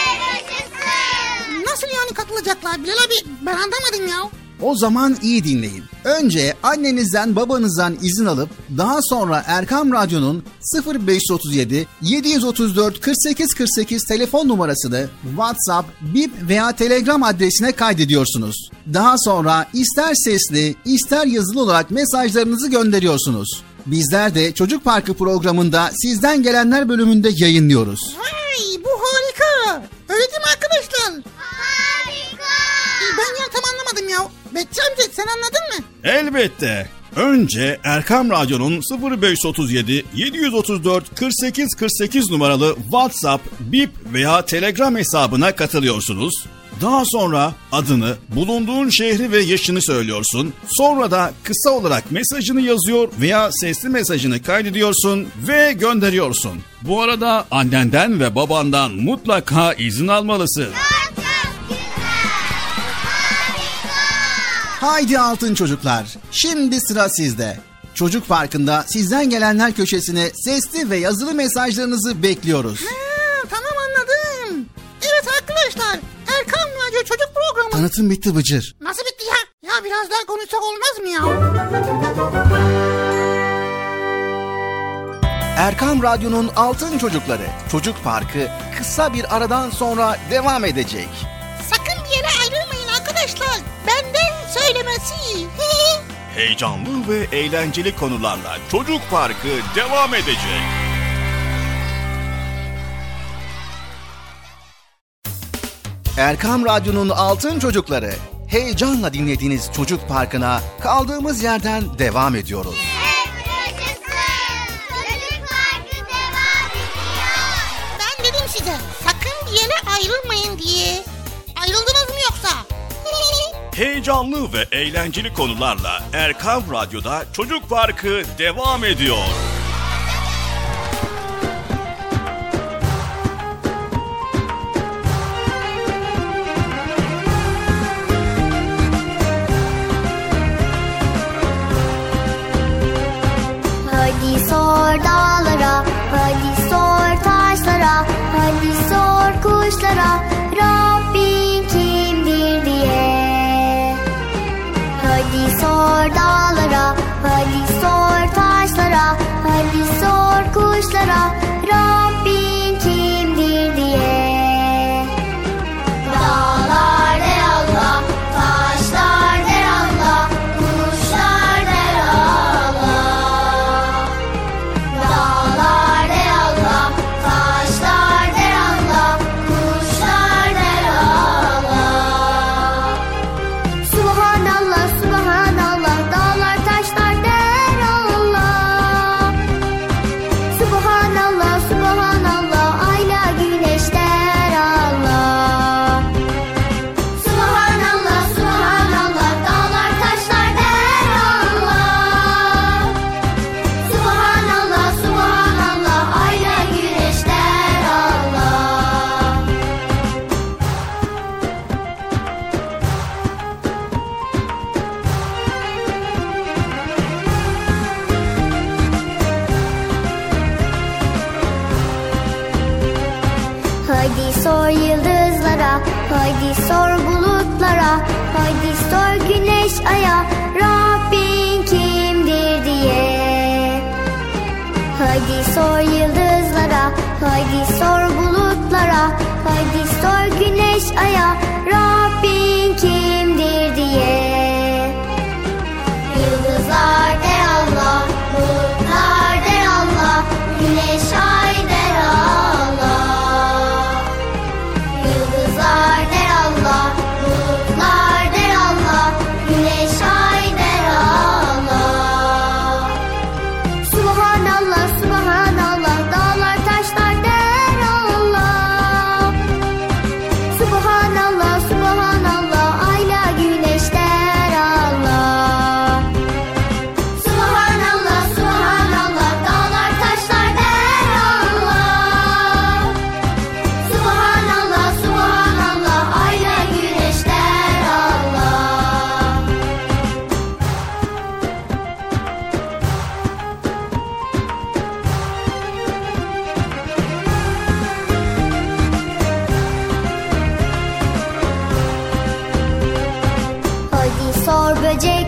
Nasıl yani katılacaklar Bilal abi? Ben anlamadım ya. O zaman iyi dinleyin. Önce annenizden babanızdan izin alıp daha sonra Erkam Radyo'nun sıfır beş otuz yedi yedi otuz dört kırk sekiz kırk sekiz telefon numarasını WhatsApp, Bip veya Telegram adresine kaydediyorsunuz. Daha sonra ister sesli ister yazılı olarak mesajlarınızı gönderiyorsunuz. Bizler de Çocuk Parkı programında sizden gelenler bölümünde yayınlıyoruz. Vay, bu harika. Öyle değil mi arkadaşlar? Harika. Ben ya tam anlamadım ya. Bekçi amca sen anladın mı? Elbette. Önce Erkam Radyo'nun sıfır beş otuz yedi yedi otuz dört kırk sekiz kırk sekiz numaralı WhatsApp, Bip veya Telegram hesabına katılıyorsunuz. Daha sonra adını, bulunduğun şehri ve yaşını söylüyorsun. Sonra da kısa olarak mesajını yazıyor veya sesli mesajını kaydediyorsun ve gönderiyorsun. Bu arada annenden ve babandan mutlaka izin almalısın. Haydi altın çocuklar, şimdi sıra sizde. Çocuk Parkı'nda sizden gelenler köşesine sesli ve yazılı mesajlarınızı bekliyoruz. Ha, tamam anladım. Evet arkadaşlar, Erkam Radyo Çocuk Programı. Tanıtım bitti Bıcır. Nasıl bitti ya? Ya biraz daha konuşsak olmaz mı ya? Erkam Radyo'nun altın çocukları Çocuk Parkı kısa bir aradan sonra devam edecek. Sakın bir yere ayrılmayın arkadaşlar. Benden söylemesi. Heyecanlı ve eğlenceli konularla Çocuk Parkı devam edecek. Erkam Radyo'nun altın çocukları, heyecanla dinlediğiniz Çocuk Parkı'na kaldığımız yerden devam ediyoruz. Çocuk Parkı devam ediyor. Ben dedim size sakın bir yere ayrılmayın diye. Ayrıldınız mı yoksa? Heyecanlı ve eğlenceli konularla Erkam Radyo'da Çocuk Parkı devam ediyor. Hadi sor dağlara, hadi sor taşlara, hadi sor kuşlara, Rabbin kimdir diye. Hadi sor dağlara, hadi sor taşlara, hadi sor kuşlara, Rabbin kimdir diye. Dağlar der Allah, taşlar der Allah, kuşlar der Allah. Dağlar der Allah, taşlar der Allah, kuşlar der Allah. Subhanallah, subhanallah, dağlar taşlar der Allah. Subhanallah, subhanallah, ayla güneş der Allah. Subhanallah, subhanallah, dağlar taşlar der Allah. Subhanallah, subhanallah, ayla güneş der Allah. Hadi sor yıldızlara, hadi sor bulutlara, hadi sor güneş aya, Rabbin kimdir diye. Hadi sor yıldızlara, hadi sor bulutlara, hadi sor güneş aya, Rabbin kimdir diye. Yıldızlar der Allah, bulutlar der Allah, güneş ay der Allah. Yıldızlar der Allah, bulutlar der Allah, güneş ay der Allah. Subhanallah, subhanallah, dağlar taşlar der Allah. Subhanallah, subhanallah,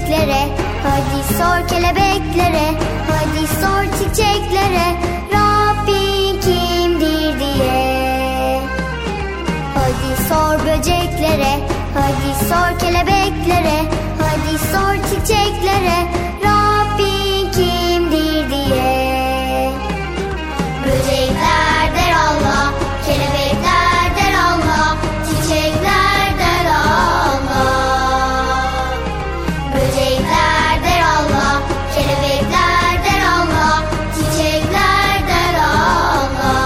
bebeklere, hadi sor kelebeklere, hadi sor çiçeklere, Rabbin kimdir diye. Hadi sor böceklere, hadi sor kelebeklere, hadi sor çiçeklere, Rabbin kimdir diye. Böcekler der Allah, kelebekler der Allah, çiçekler der Allah. Böcekler der Allah, kelebekler der Allah, çiçekler der Allah.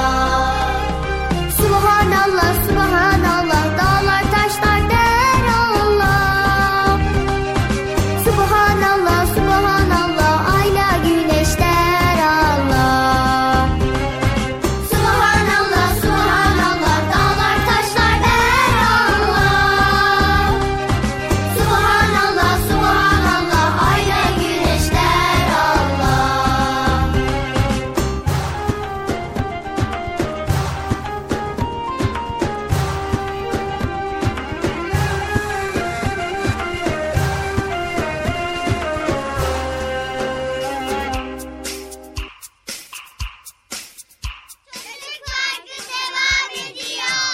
Subhanallah, subhanallah, dağlar taşlar der Allah. Subhanallah, subhanallah, ayla güneş der Allah. Subhanallah, subhanallah, dağlar taşlar der Allah. Subhanallah, subhanallah, ayla güneş der Allah. Çocuk Parkı devam ediyor.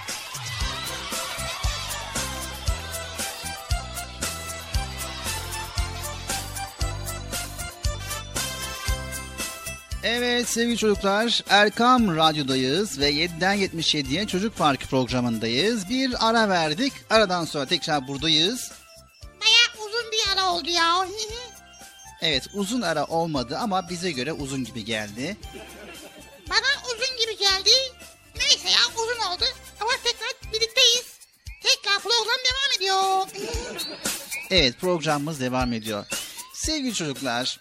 Evet sevgili çocuklar, Erkam Radyo'dayız ve yediden yetmiş yediye Çocuk Parkı programındayız. Bir ara verdik, aradan sonra tekrar buradayız. Bayağı uzun bir ara oldu ya. Evet, uzun ara olmadı ama bize göre uzun gibi geldi. Bana uzun gibi geldi. Neyse ya, uzun oldu. Ama tekrar birlikteyiz. Tekrar program devam ediyor. Evet, programımız devam ediyor. Sevgili çocuklar,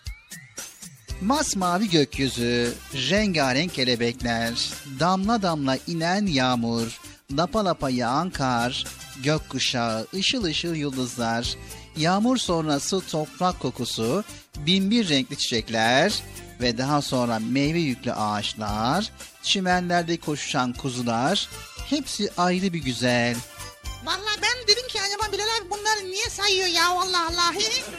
masmavi gökyüzü, rengarenk kelebekler, damla damla inen yağmur, lapa lapa yağan kar, gökkuşağı, ışıl ışıl yıldızlar, yağmur sonrası toprak kokusu, binbir renkli çiçekler ve daha sonra meyve yüklü ağaçlar, çimenlerde koşuşan kuzular, hepsi ayrı bir güzel. Vallahi ben dedim ki acaba Bilal abi bunları niye sayıyor ya, vallahi Allah.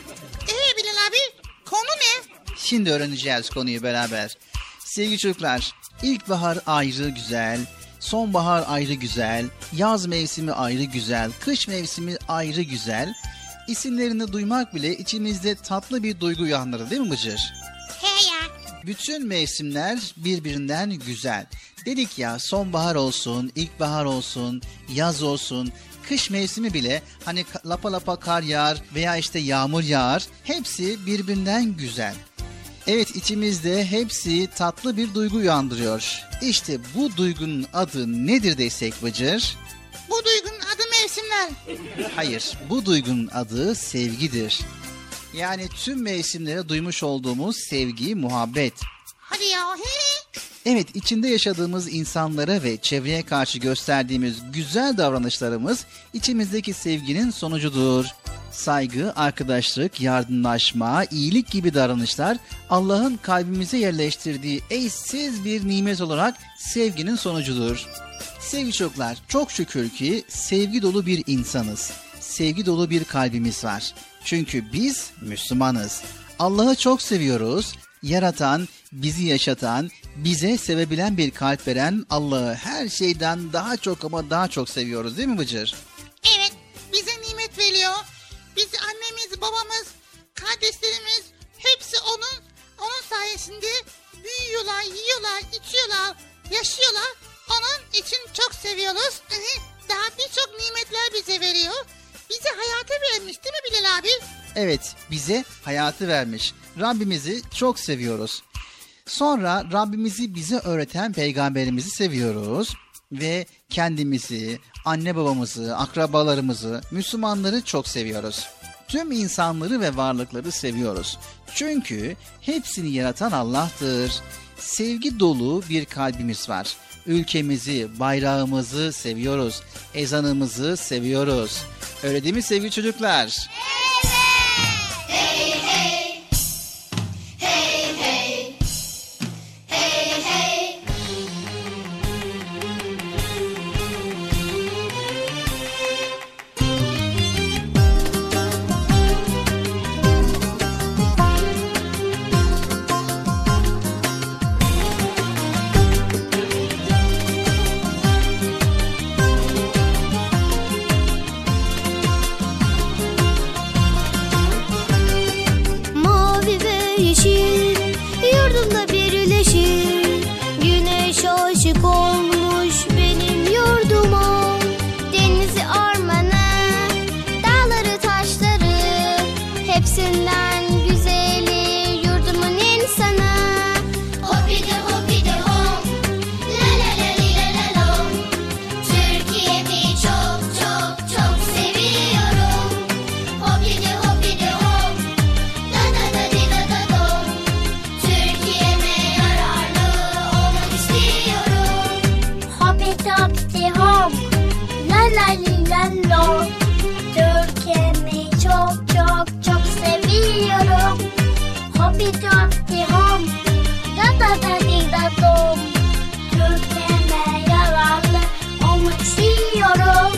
Eee Bilal abi, konu ne? Şimdi öğreneceğiz konuyu beraber. Sevgili çocuklar, ilkbahar ayrı güzel, sonbahar ayrı güzel, yaz mevsimi ayrı güzel, kış mevsimi ayrı güzel. İsimlerini duymak bile içimizde tatlı bir duygu uyandırır değil mi Bıcır? He ya. Bütün mevsimler birbirinden güzel. Dedik ya, sonbahar olsun, ilkbahar olsun, yaz olsun, kış mevsimi bile hani lapa lapa kar yağar veya işte yağmur yağar. Hepsi birbirinden güzel. Evet, içimizde hepsi tatlı bir duygu uyandırıyor. İşte bu duygunun adı nedir desek Bıcır? Bu duygunun adı mevsimler. Hayır, bu duygunun adı sevgidir. Yani tüm mevsimlere duymuş olduğumuz sevgi, muhabbet. Hadi ya. He. Evet, içinde yaşadığımız insanlara ve çevreye karşı gösterdiğimiz güzel davranışlarımız içimizdeki sevginin sonucudur. Saygı, arkadaşlık, yardımlaşma, iyilik gibi davranışlar Allah'ın kalbimize yerleştirdiği eşsiz bir nimet olarak sevginin sonucudur. Sevgili çocuklar, çok şükür ki sevgi dolu bir insanız. Sevgi dolu bir kalbimiz var. Çünkü biz Müslümanız. Allah'ı çok seviyoruz. Yaratan, bizi yaşatan, bize sevebilen bir kalp veren Allah'ı her şeyden daha çok ama daha çok seviyoruz değil mi Bıcır? Evet, bize nimet veriyor. Bizi annemiz, babamız, kardeşlerimiz hepsi onun onun sayesinde büyüyorlar, yiyorlar, içiyorlar, yaşıyorlar. Onun için çok seviyoruz. Daha birçok nimetler bize veriyor. Bize hayatı vermiş değil mi Bilal abi? Evet, bize hayatı vermiş. Rabbimizi çok seviyoruz. Sonra Rabbimizi bize öğreten peygamberimizi seviyoruz. Ve kendimizi, anne babamızı, akrabalarımızı, Müslümanları çok seviyoruz. Tüm insanları ve varlıkları seviyoruz. Çünkü hepsini yaratan Allah'tır. Sevgi dolu bir kalbimiz var. Ülkemizi, bayrağımızı seviyoruz. Ezanımızı seviyoruz. Öyle değil mi sevgili çocuklar? Evet. Hey hey. Hey hey. Hey hey. hopi hopi hom. Da da da di da dom. Türkiye'me yararlı olmak istiyorum.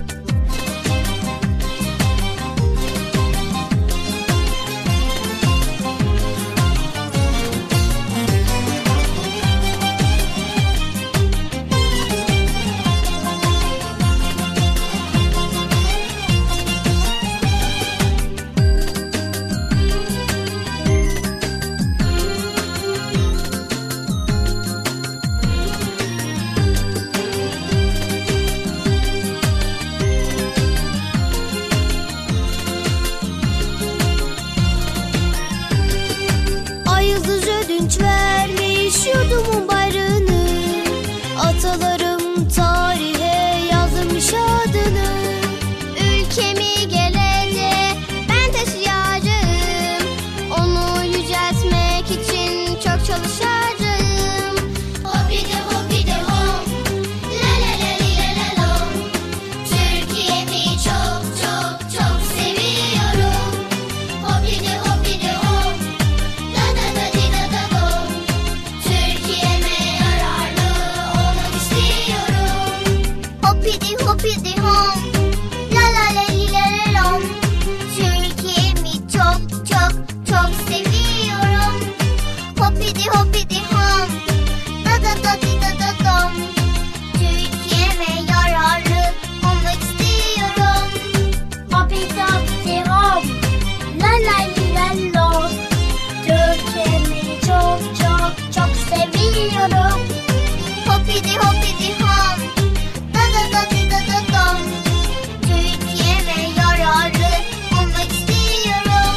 Yurdumun bayrağını, atalarım tarihe yazmış adını. Ülkemi gelece ben taşıyacağım. Onu yüceltmek için çok çalışacağım. Hopidi hopidi hom, la la la li la la lom. Türkiye'mi çok çok çok seviyorum. Hopidi hopidi hom, da da da di da da dom. Türkiye'me yararlı olmak istiyorum. Hopidi hopidi hom, la la la li la la lom. Türkiye'mi çok çok çok seviyorum. Hopidi hopidi hom, da da da di da da dom. Türkiye'me yararlı olmak istiyorum. Hopidi hopidi hom, la la li la lom. Türkiye'mi çok çok çok seviyorum. Hopidi hopidi hom, da da da di da da dom. Türkiye'me yararlı olmak istiyorum.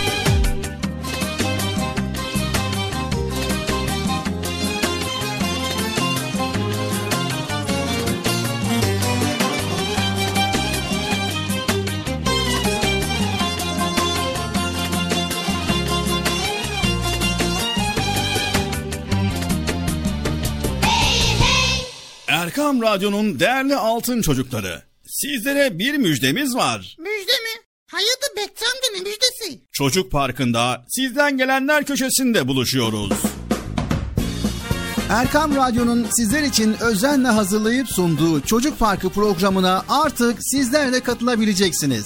Erkam Radyo'nun değerli altın çocukları, sizlere bir müjdemiz var. Müjde mi? Hayırdır Bekçi amca, ne müjdesi? Çocuk Parkı'nda sizden gelenler köşesinde buluşuyoruz. Erkam Radyo'nun sizler için özenle hazırlayıp sunduğu Çocuk Parkı programına artık sizler de katılabileceksiniz.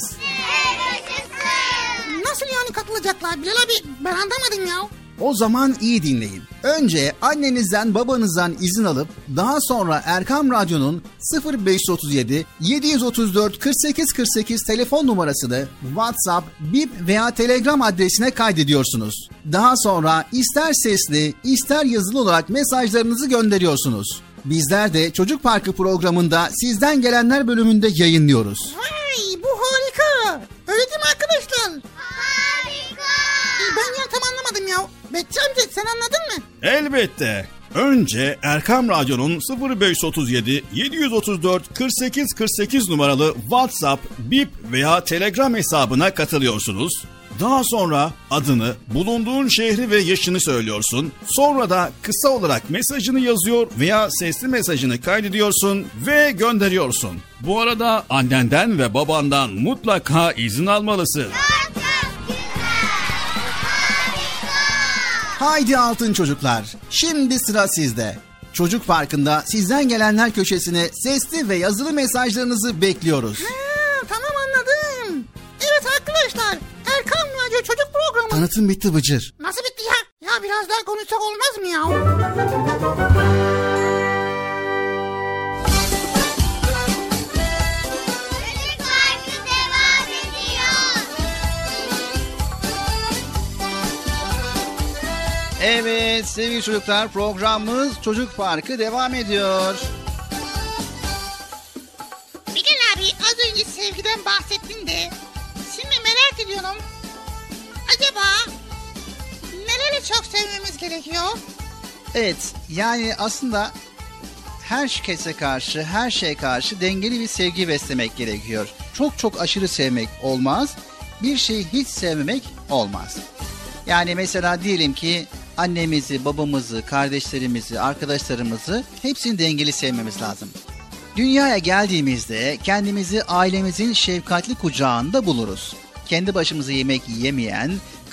Nasıl yani katılacaklar Bilal abi? Ben anlamadım ya. O zaman iyi dinleyin. Önce annenizden babanızdan izin alıp daha sonra Erkam Radyo'nun sıfır beş otuz yedi yedi otuz dört kırk sekiz kırk sekiz telefon numarasını WhatsApp, Bip veya Telegram adresine kaydediyorsunuz. Daha sonra ister sesli ister yazılı olarak mesajlarınızı gönderiyorsunuz. Bizler de Çocuk Parkı programında sizden gelenler bölümünde yayınlıyoruz. Vay, bu harika. Öyle değil mi arkadaşlar? Harika. Ben ya tam anlamadım ya. Bekçi amca sen anladın mı? Elbette. Önce Erkam Radyo'nun sıfır beş otuz yedi yedi otuz dört kırk sekiz kırk sekiz numaralı WhatsApp, Bip veya Telegram hesabına katılıyorsunuz. Daha sonra adını, bulunduğun şehri ve yaşını söylüyorsun. Sonra da kısa olarak mesajını yazıyor veya sesli mesajını kaydediyorsun ve gönderiyorsun. Bu arada annenden ve babandan mutlaka izin almalısın. Haydi altın çocuklar, şimdi sıra sizde. Çocuk Parkı'nda sizden gelenler köşesine sesli ve yazılı mesajlarınızı bekliyoruz. Ha, tamam anladım. Evet arkadaşlar, Erkam Radyo Çocuk Programı. Tanıtım bitti Bıcır. Nasıl bitti ya? Ya biraz daha konuşsak olmaz mı ya? Evet sevgili çocuklar, programımız Çocuk Parkı devam ediyor. Bilal abi az önce sevgiden bahsettin de şimdi merak ediyorum. Acaba neleri çok sevmemiz gerekiyor? Evet, yani aslında herkese karşı, her şeye karşı dengeli bir sevgi beslemek gerekiyor. Çok çok aşırı sevmek olmaz, bir şeyi hiç sevmemek olmaz. Yani mesela diyelim ki annemizi, babamızı, kardeşlerimizi, arkadaşlarımızı hepsini dengeli sevmemiz lazım. Dünyaya geldiğimizde kendimizi ailemizin şefkatli kucağında buluruz. Kendi başımıza yemek yiyemeyen,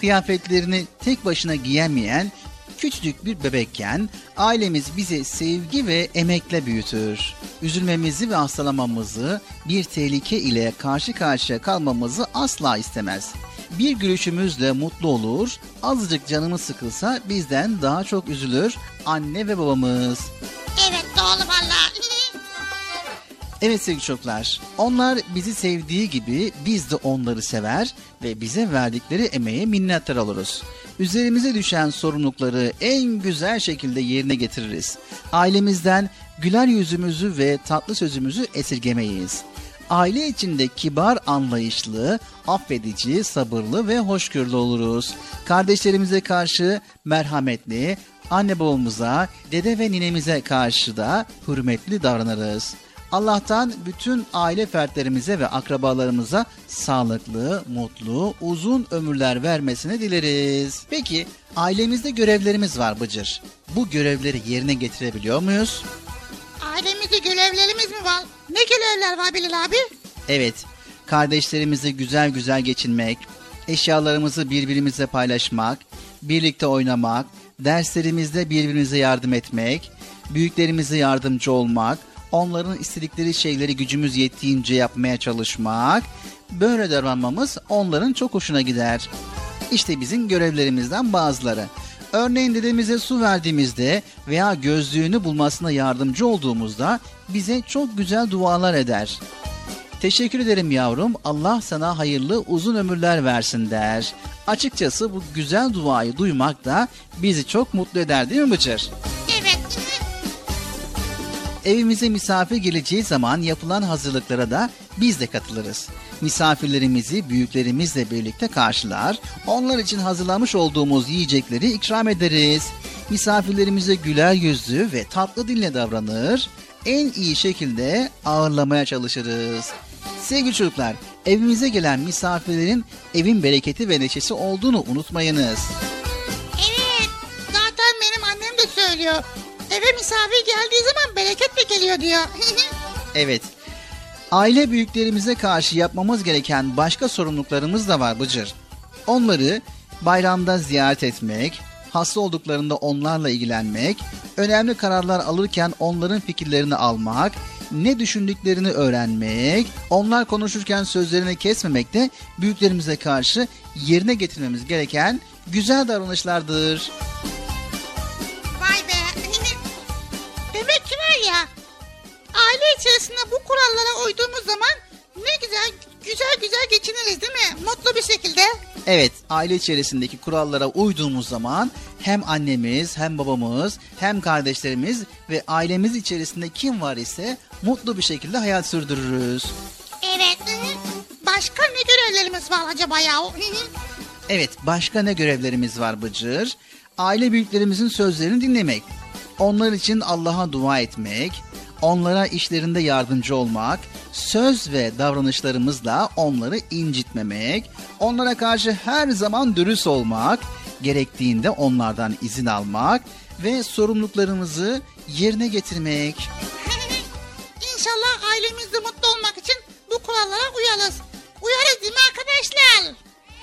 kıyafetlerini tek başına giyemeyen küçücük bir bebekken ailemiz bize sevgi ve emekle büyütür. Üzülmemizi ve hastalanmamızı, bir tehlike ile karşı karşıya kalmamızı asla istemez. Bir gülüşümüzle mutlu olur, azıcık canımız sıkılsa bizden daha çok üzülür anne ve babamız. Evet doğru valla. Evet sevgili çocuklar, onlar bizi sevdiği gibi biz de onları sever ve bize verdikleri emeğe minnettar oluruz. Üzerimize düşen sorumlulukları en güzel şekilde yerine getiririz. Ailemizden güler yüzümüzü ve tatlı sözümüzü esirgemeyiz. Aile içinde kibar, anlayışlı, affedici, sabırlı ve hoşgörülü oluruz. Kardeşlerimize karşı merhametli, anne babamıza, dede ve ninemize karşı da hürmetli davranırız. Allah'tan bütün aile fertlerimize ve akrabalarımıza sağlıklı, mutlu, uzun ömürler vermesini dileriz. Peki ailemizde görevlerimiz var Bıcır. Bu görevleri yerine getirebiliyor muyuz? Ailemizde görevlerimiz mi var? Ne görevler var Bilal abi? Evet, kardeşlerimizi güzel güzel geçinmek, eşyalarımızı birbirimizle paylaşmak, birlikte oynamak, derslerimizde birbirimize yardım etmek, büyüklerimize yardımcı olmak, onların istedikleri şeyleri gücümüz yettiğince yapmaya çalışmak, böyle davranmamız onların çok hoşuna gider. İşte bizim görevlerimizden bazıları. Örneğin dedemize su verdiğimizde veya gözlüğünü bulmasına yardımcı olduğumuzda bize çok güzel dualar eder. Teşekkür ederim yavrum, Allah sana hayırlı uzun ömürler versin der. Açıkçası bu güzel duayı duymak da bizi çok mutlu eder değil mi Bıcır? Evet. Evimize misafir geleceği zaman yapılan hazırlıklara da biz de katılırız. Misafirlerimizi büyüklerimizle birlikte karşılar, onlar için hazırlamış olduğumuz yiyecekleri ikram ederiz. Misafirlerimize güler yüzlü ve tatlı dille davranır, en iyi şekilde ağırlamaya çalışırız. Sevgili çocuklar, evimize gelen misafirlerin evin bereketi ve neşesi olduğunu unutmayınız. Evet, zaten benim annem de söylüyor. Eve misafir geldiği zaman bereketle geliyor diyor. Evet. Aile büyüklerimize karşı yapmamız gereken başka sorumluluklarımız da var Bıcır. Onları bayramda ziyaret etmek, hasta olduklarında onlarla ilgilenmek, önemli kararlar alırken onların fikirlerini almak, ne düşündüklerini öğrenmek, onlar konuşurken sözlerini kesmemek de büyüklerimize karşı yerine getirmemiz gereken güzel davranışlardır. Vay be. Demek ki var ya, aile içerisinde bu kurallara uyduğumuz zaman ne güzel güzel güzel geçiniriz değil mi? Mutlu bir şekilde. Evet, aile içerisindeki kurallara uyduğumuz zaman hem annemiz, hem babamız, hem kardeşlerimiz ve ailemiz içerisinde kim var ise mutlu bir şekilde hayat sürdürürüz. Evet. Başka ne görevlerimiz var acaba ya? Evet, başka ne görevlerimiz var Bıcır? Aile büyüklerimizin sözlerini dinlemek, onlar için Allah'a dua etmek, onlara işlerinde yardımcı olmak, söz ve davranışlarımızla onları incitmemek, onlara karşı her zaman dürüst olmak, gerektiğinde onlardan izin almak ve sorumluluklarımızı yerine getirmek. İnşallah ailemizde mutlu olmak için bu kurallara uyarız. Uyarız değil mi arkadaşlar?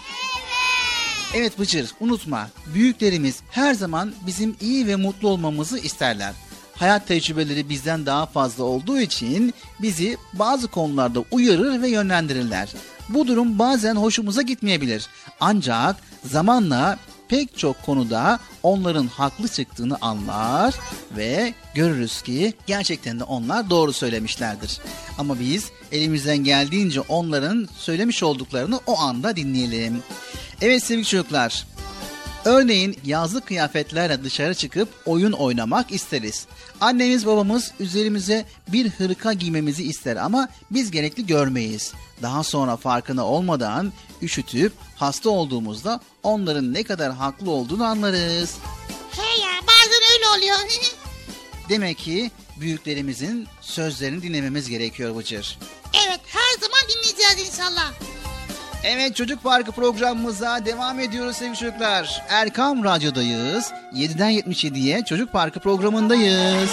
Evet Bıcır, unutma, büyüklerimiz her zaman bizim iyi ve mutlu olmamızı isterler. Hayat tecrübeleri bizden daha fazla olduğu için bizi bazı konularda uyarır ve yönlendirirler. Bu durum bazen hoşumuza gitmeyebilir. Ancak zamanla pek çok konuda onların haklı çıktığını anlar ve görürüz ki gerçekten de onlar doğru söylemişlerdir. Ama biz elimizden geldiğince onların söylemiş olduklarını o anda dinleyelim. Evet sevgili çocuklar, örneğin yazlık kıyafetlerle dışarı çıkıp oyun oynamak isteriz. Annemiz babamız üzerimize bir hırka giymemizi ister ama biz gerekli görmeyiz. Daha sonra farkına olmadan üşütüp hasta olduğumuzda onların ne kadar haklı olduğunu anlarız. He ya, bazen öyle oluyor. Demek ki büyüklerimizin sözlerini dinlememiz gerekiyor Bıcır. Evet, her zaman dinleyeceğiz inşallah. Evet, Çocuk Parkı programımıza devam ediyoruz sevgili çocuklar. Erkam Radyo'dayız. yediden yetmiş yediye Çocuk Parkı programındayız.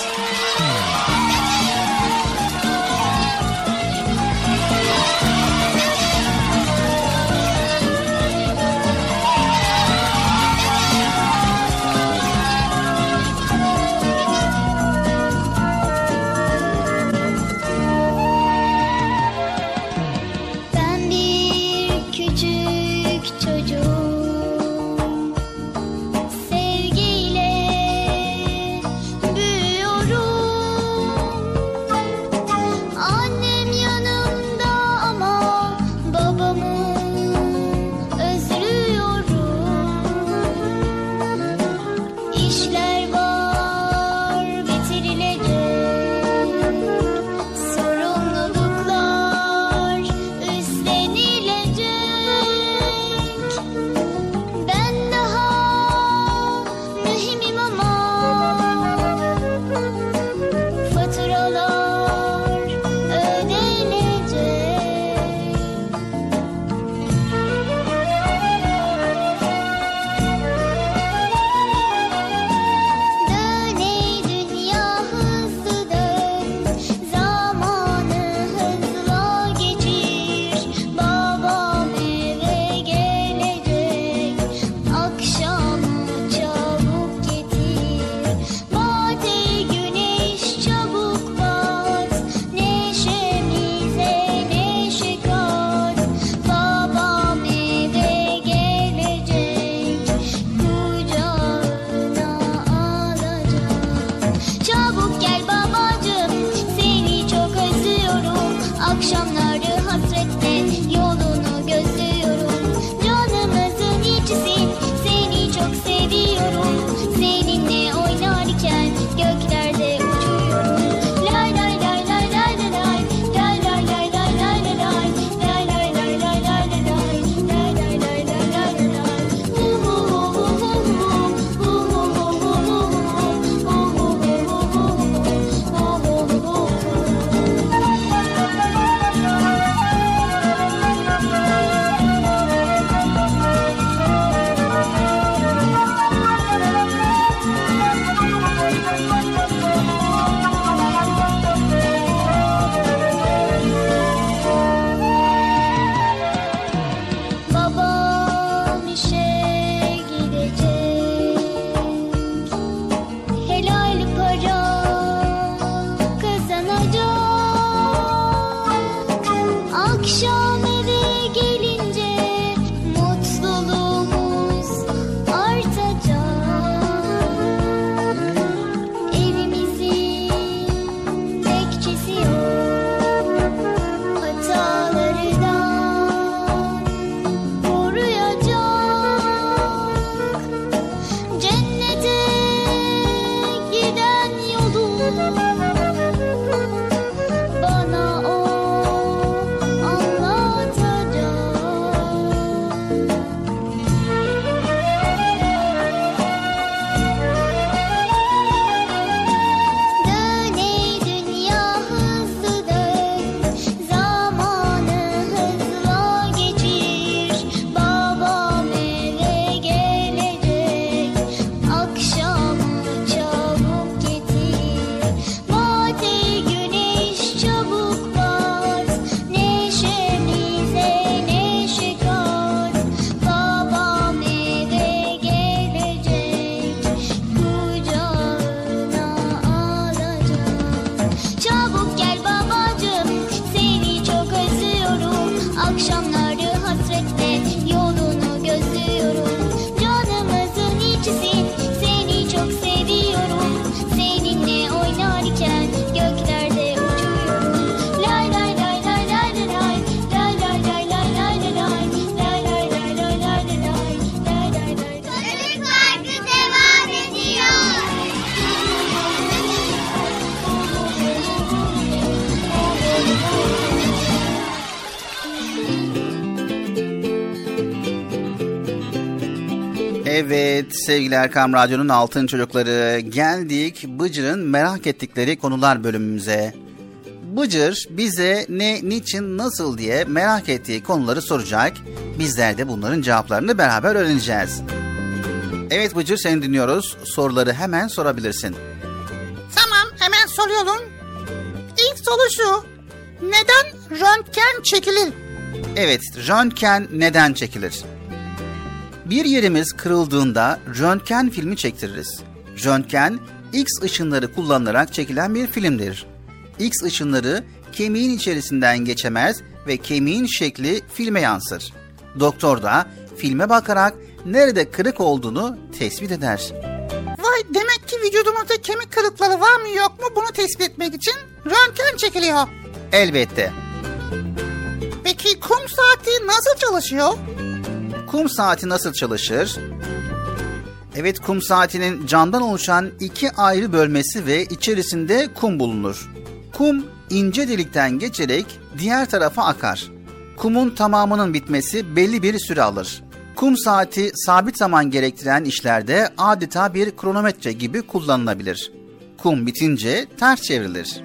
Evet sevgili Erkam Radyo'nun Altın Çocukları, geldik Bıcır'ın merak ettikleri konular bölümümüze. Bıcır bize ne, niçin, nasıl diye merak ettiği konuları soracak. Bizler de bunların cevaplarını beraber öğreneceğiz. Evet Bıcır, seni dinliyoruz. Soruları hemen sorabilirsin. Tamam, hemen soruyorum. İlk soru şu. Neden röntgen çekilir? Evet, röntgen neden çekilir? Bir yerimiz kırıldığında röntgen filmi çektiririz. Röntgen, X ışınları kullanılarak çekilen bir filmdir. X ışınları kemiğin içerisinden geçemez ve kemiğin şekli filme yansır. Doktor da filme bakarak nerede kırık olduğunu tespit eder. Vay, demek ki vücudumuzda kemik kırıkları var mı yok mu bunu tespit etmek için röntgen çekiliyor. Elbette. Peki kum saati nasıl çalışıyor? Kum saati nasıl çalışır? Evet, kum saatinin camdan oluşan iki ayrı bölmesi ve içerisinde kum bulunur. Kum ince delikten geçerek diğer tarafa akar. Kumun tamamının bitmesi belli bir süre alır. Kum saati sabit zaman gerektiren işlerde adeta bir kronometre gibi kullanılabilir. Kum bitince ters çevrilir.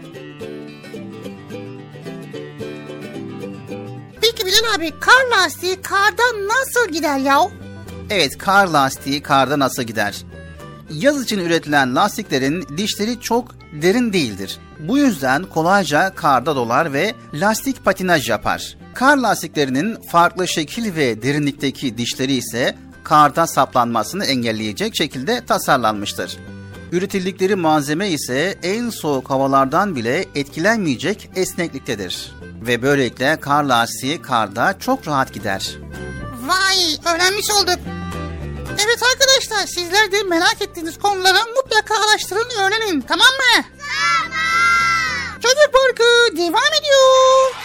Peki Bilal abi, kar lastiği karda nasıl gider ya? Evet, kar lastiği karda nasıl gider? Yaz için üretilen lastiklerin dişleri çok derin değildir. Bu yüzden kolayca karda dolar ve lastik patinaj yapar. Kar lastiklerinin farklı şekil ve derinlikteki dişleri ise karda saplanmasını engelleyecek şekilde tasarlanmıştır. Üretildikleri malzeme ise en soğuk havalardan bile etkilenmeyecek esnekliktedir. Ve böylelikle kar lastiği karda çok rahat gider. Vay, öğrenmiş olduk. Evet arkadaşlar, sizler de merak ettiğiniz konuları mutlaka araştırın, öğrenin, tamam mı? Tamam. Çocuk Parkı devam ediyor.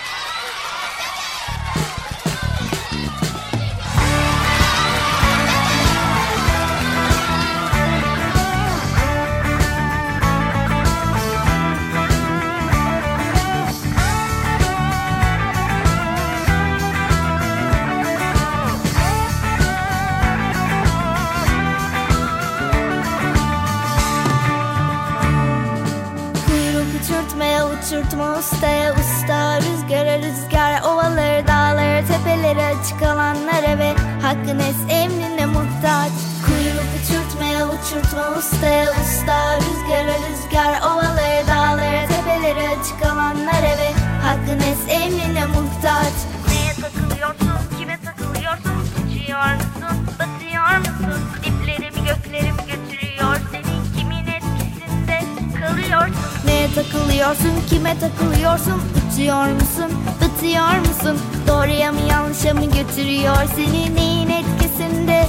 Uçurtma ustaya usta, rüzgara rüzgar, ovaları dağları tepeleri açık alanlara ve hakkın es emrine muhtaç. Kuyruk uçurtmaya uçurtma ustaya usta, rüzgara rüzgar, ovaları dağları tepeleri açık alanlara ve hakkın es emrine muhtaç. Neye takılıyorsun, kime takılıyorsun, uçuyor musun, batıyor musun, diplerimi göklerimi götürüyor seni, kimin etkisinde kalıyorsun? Neye takılıyorsun, kime takılıyorsun, uçuyor musun, batıyor musun, doğruya mı yanlışa mı götürüyor seni, neyin etkisinde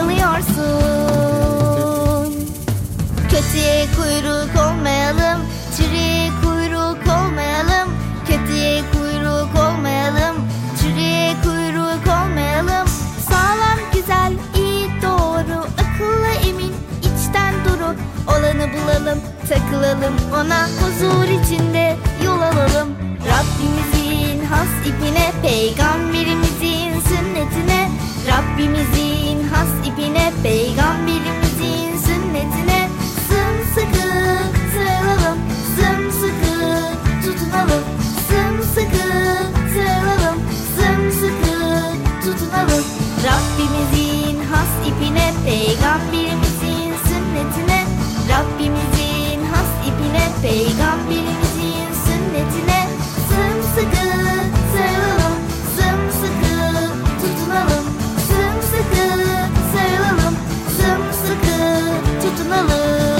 kalıyorsun? Kötüye kuyruk olmayalım, çürüye kuyruk olmayalım, kötüye kuyruk olmayalım, çürüye kuyruk olmayalım. Sağlam, güzel, iyi, doğru, akıllı, emin, içten duru olanı bulalım, takılalım ona, huzur içinde yol alalım. Rabbimizin has ipine, peygamberimizin sünnetine, Rabbimizin has ipine, peygamberimizin sünnetine sımsıkı sarılalım, sımsıkı tutunalım, sımsıkı sarılalım, sımsıkı tutunalım. Rabbimizin has ipine, peygamberimizin sünnetine, Rabbimizin has ipine, peygamberimizin sünnetine sımsıkı sarılalım, sımsıkı tutunalım, sımsıkı sarılalım, sımsıkı tutunalım.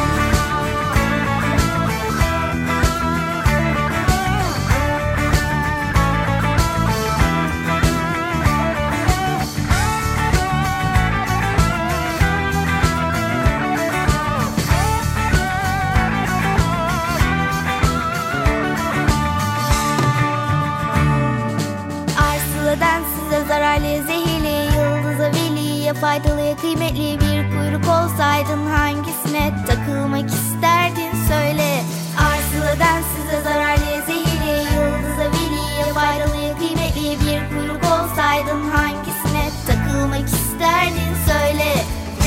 Size zararlı, zehirli, yıldıza, veliye, faydalıya, kıymetli bir kuyruk olsaydın hangisine takılmak isterdin söyle. Arsıladan size zararlı, zehirli, yıldıza, veliye, faydalıya, kıymetli bir kuyruk olsaydın hangisine takılmak isterdin söyle.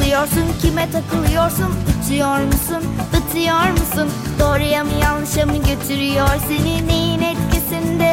uçuyorsun? Kime takılıyorsun? Uçuyor musun? Batıyor musun? Doğruya mı yanlışa mı götürüyor seni? Neyin etkisinde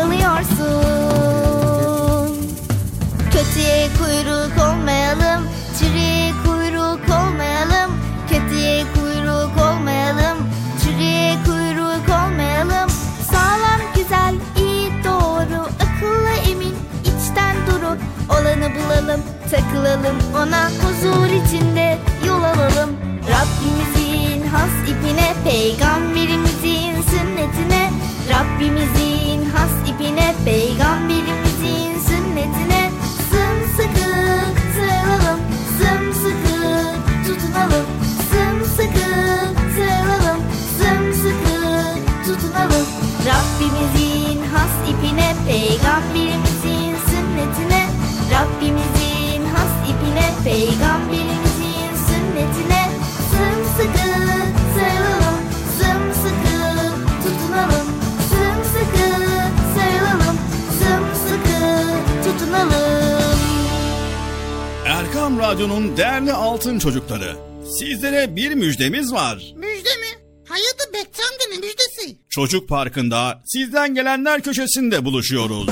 kalıyorsun? Kötüye kuyruk olmayalım, çürüye kuyruk olmayalım. Kötüye kuyruk olmayalım, çürüye kuyruk olmayalım. Sağlam, güzel, iyi, doğru, akıllı, emin, içten duru olanı bulalım, takılalım ona, huzur içinde yol alalım. Rabbimizin has ipine, peygamberimizin sünnetine. Rabbimizin has ipine, peygamberimizin sünnetine sımsıkı sarılalım, sımsıkı tutunalım, sımsıkı sarılalım, sımsıkı tutunalım. Rabbimizin has ipine, peygamberimizin sünnetine. Rabbimizin has ipine, peygamberimizin sünnetine sımsıkı sarılalım, sımsıkı tutunalım, sımsıkı sarılalım, sımsıkı tutunalım. Erkam Radyo'nun değerli altın çocukları, sizlere bir müjdemiz var. Müjde mi? Hayırdır Bekçi amca, ne müjdesi? Çocuk Parkı'nda sizden gelenler köşesinde buluşuyoruz.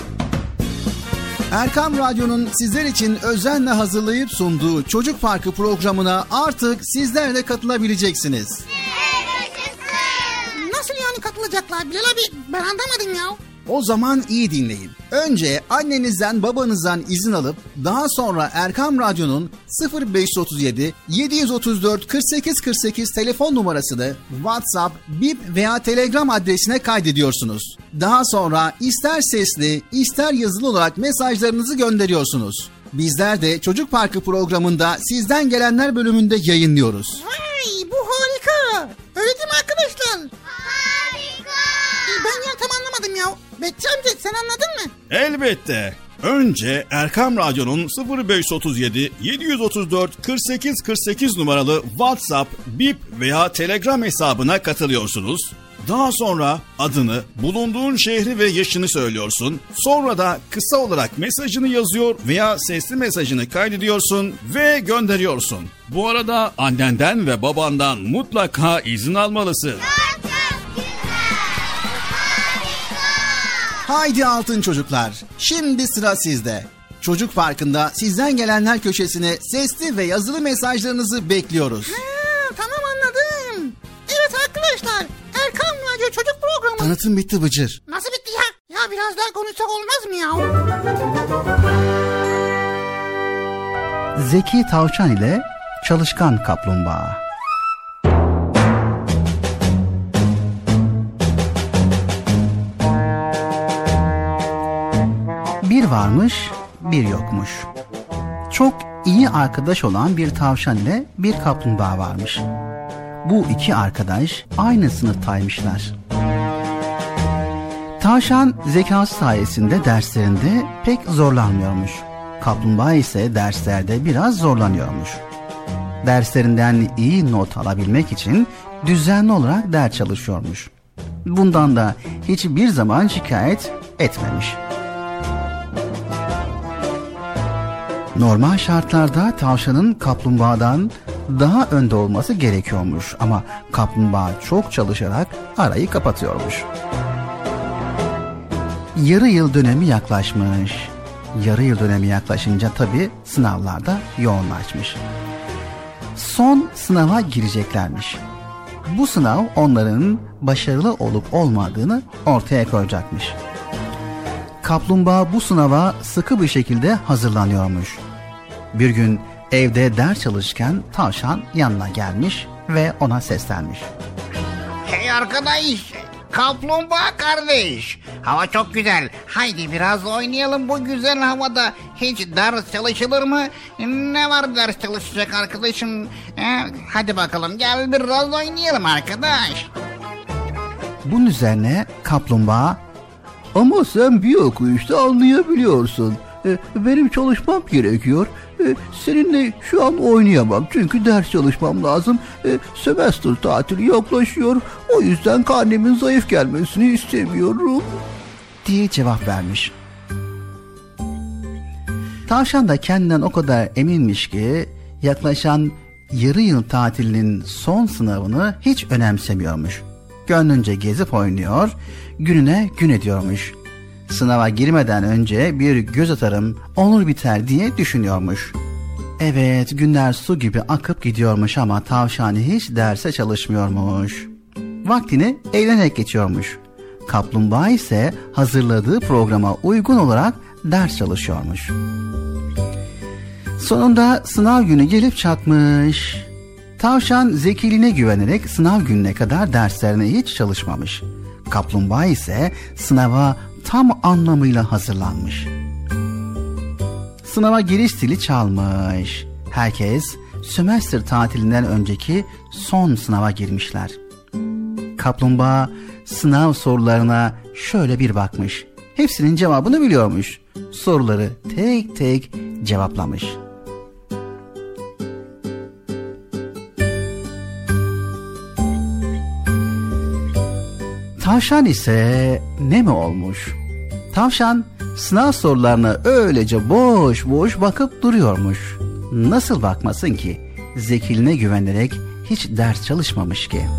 Erkam Radyo'nun sizler için özenle hazırlayıp sunduğu Çocuk Parkı programına artık sizler de katılabileceksiniz. Nasıl yani katılacaklar Bilal abi? Ben anlamadım ya. O zaman iyi dinleyin. Önce annenizden babanızdan izin alıp daha sonra Erkam Radyo'nun sıfır beş otuz yedi yedi otuz dört kırk sekiz kırk sekiz telefon numarasını WhatsApp, Bip veya Telegram adresine kaydediyorsunuz. Daha sonra ister sesli ister yazılı olarak mesajlarınızı gönderiyorsunuz. Bizler de Çocuk Parkı programında sizden gelenler bölümünde yayınlıyoruz. Vay, bu harika. Öyle değil mi arkadaşlar? Harika. Ben ya tam anlamadım ya. Bekçi amca sen anladın mı? Elbette. Önce Erkam Radyo'nun sıfır beş otuz yedi yedi otuz dört kırk sekiz kırk sekiz numaralı WhatsApp, Bip veya Telegram hesabına katılıyorsunuz. Daha sonra adını, bulunduğun şehri ve yaşını söylüyorsun. Sonra da kısa olarak mesajını yazıyor veya sesli mesajını kaydediyorsun ve gönderiyorsun. Bu arada annenden ve babandan mutlaka izin almalısın. Haydi altın çocuklar, şimdi sıra sizde. Çocuk Parkı'nda sizden gelenler köşesine sesli ve yazılı mesajlarınızı bekliyoruz. Ha, tamam anladım. Evet arkadaşlar, Erkam Radyo Çocuk Programı. Tanıtım bitti Bıcır. Nasıl bitti ya? Ya biraz daha konuşsak olmaz mı ya? Zeki Tavşan ile Çalışkan Kaplumbağa. Bir varmış, bir yokmuş. Çok iyi arkadaş olan bir tavşan ile bir kaplumbağa varmış. Bu iki arkadaş aynı sınıftaymışlar. Tavşan zekası sayesinde derslerinde pek zorlanmıyormuş. Kaplumbağa ise derslerde biraz zorlanıyormuş. Derslerinden iyi not alabilmek için düzenli olarak ders çalışıyormuş. Bundan da hiçbir zaman şikayet etmemiş. Normal şartlarda tavşanın kaplumbağadan daha önde olması gerekiyormuş ama kaplumbağa çok çalışarak arayı kapatıyormuş. Yarı yıl dönemi yaklaşmış. Yarı yıl dönemi yaklaşınca tabii sınavlarda yoğunlaşmış. Son sınava gireceklermiş. Bu sınav onların başarılı olup olmadığını ortaya koyacakmış. Kaplumbağa bu sınava sıkı bir şekilde hazırlanıyormuş. Bir gün evde ders çalışırken tavşan yanına gelmiş ve ona seslenmiş. Hey arkadaş, kaplumbağa kardeş, hava çok güzel. Haydi biraz oynayalım bu güzel havada. Hiç ders çalışılır mı? Ne var ders çalışacak arkadaşım? Ee, hadi bakalım gel biraz oynayalım arkadaş. Bunun üzerine kaplumbağa, ama sen bir okuyuşta anlayabiliyorsun. Ee, benim çalışmam gerekiyor. Ee, seninle şu an oynayamam çünkü ders çalışmam lazım. Ee, sömestr tatili yaklaşıyor. O yüzden karnemin zayıf gelmesini istemiyorum diye cevap vermiş. Tavşan da kendinden o kadar eminmiş ki yaklaşan yarı yıl tatilinin son sınavını hiç önemsemiyormuş. Gönlünce gezip oynuyor, gününe gün ediyormuş. Sınava girmeden önce bir göz atarım, olur biter diye düşünüyormuş. Evet, günler su gibi akıp gidiyormuş ama tavşan hiç derse çalışmıyormuş. Vaktini eğlenerek geçiyormuş. Kaplumbağa ise hazırladığı programa uygun olarak ders çalışıyormuş. Sonunda sınav günü gelip çatmış. Tavşan zekiliğine güvenerek sınav gününe kadar derslerine hiç çalışmamış. Kaplumbağa ise sınava tam anlamıyla hazırlanmış. Sınava giriş zili çalmış. Herkes sömestr tatilinden önceki son sınava girmişler. Kaplumbağa sınav sorularına şöyle bir bakmış. Hepsinin cevabını biliyormuş. Soruları tek tek cevaplamış. Tavşan ise ne mi olmuş? Tavşan sınav sorularına öylece boş boş bakıp duruyormuş. Nasıl bakmasın ki? Zekiline güvenerek hiç ders çalışmamış ki.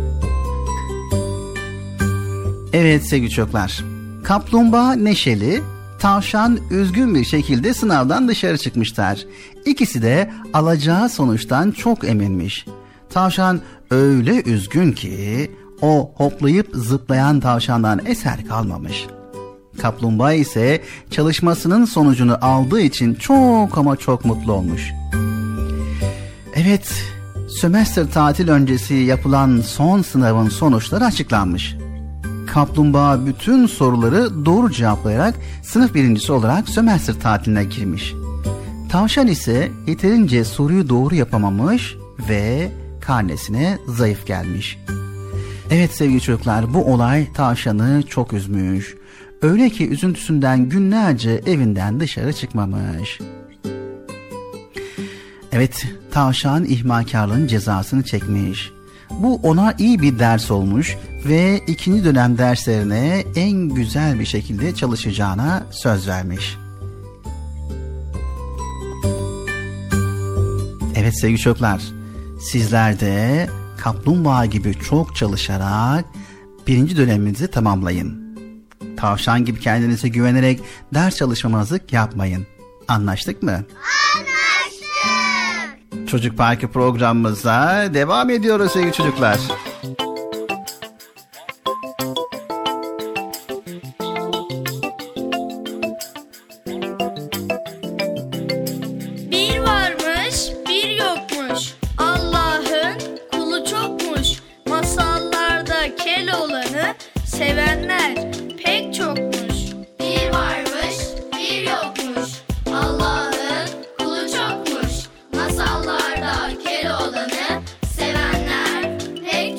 Evet sevgili çocuklar, kaplumbağa neşeli, tavşan üzgün bir şekilde sınavdan dışarı çıkmışlar. İkisi de alacağı sonuçtan çok eminmiş. Tavşan öyle üzgün ki o hoplayıp zıplayan tavşandan eser kalmamış. Kaplumbağa ise çalışmasının sonucunu aldığı için çok ama çok mutlu olmuş. Evet, sömestr tatil öncesi yapılan son sınavın sonuçları açıklanmış. Kaplumbağa bütün soruları doğru cevaplayarak sınıf birincisi olarak sömestr tatiline girmiş. Tavşan ise yeterince soruyu doğru yapamamış ve karnesine zayıf gelmiş. Evet sevgili çocuklar, bu olay tavşanı çok üzmüş. Öyle ki üzüntüsünden günlerce evinden dışarı çıkmamış. Evet, tavşan ihmalkarlığın cezasını çekmiş. Bu ona iyi bir ders olmuş ve ikinci dönem derslerine en güzel bir şekilde çalışacağına söz vermiş. Evet sevgili çocuklar, sizler de kaplumbağa gibi çok çalışarak birinci döneminizi tamamlayın. Tavşan gibi kendinize güvenerek ders çalışmamazlık yapmayın. Anlaştık mı? Anlaştık. Çocuk Parkı programımıza devam ediyoruz sevgili çocuklar. Bir varmış, bir yokmuş. Allah'ın kulu çokmuş. Masallarda Keloğlan'ı sevenler pek çokmuş. Bir varmış, bir yokmuş. Allah'ın kulu çokmuş. Masallarda Keloğlan'ı sevenler pek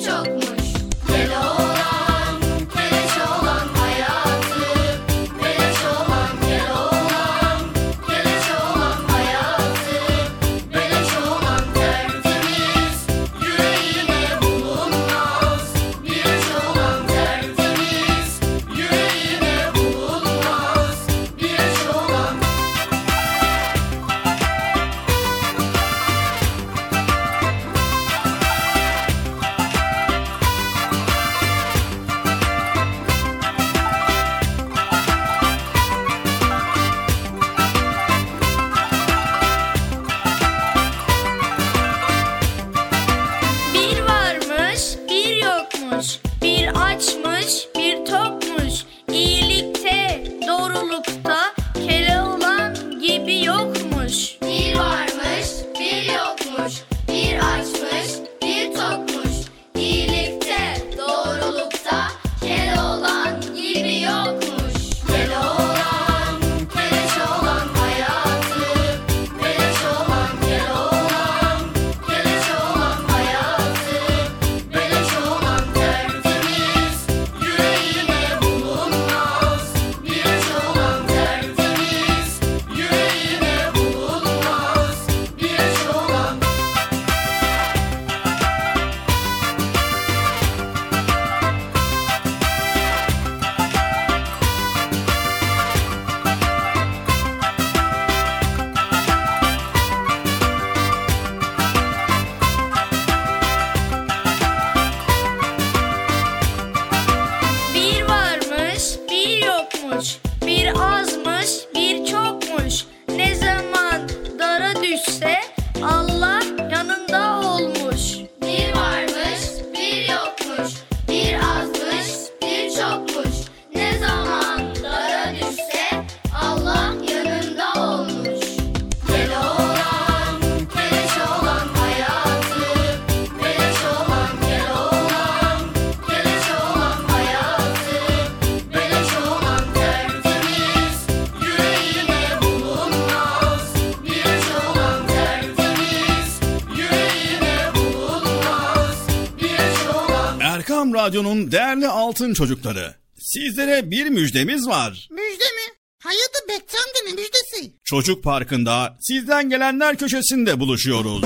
yokmuş, bir azmış, bir çokmuş. Ne zaman dara düşse Allah yanında olmuş. Bir varmış, bir yokmuş, bir azmış, bir çokmuş. Ne zaman dara düşse Allah yanında olmuş. Kele olan, keleş olan hayatı, beleş olan kele olan, keleş olan hayatı, beleş olan tertemiz, yüreğine bulunmaz. Beleş olan tertemiz, yüreğine bulunmaz. Beleş olan. Erkam Radyo'nun değerli altın çocukları, sizlere bir müjdemiz var. Müjde mi? Hayırdır Bekçi amca, ne müjdesi? Çocuk Parkı'nda sizden gelenler köşesinde buluşuyoruz.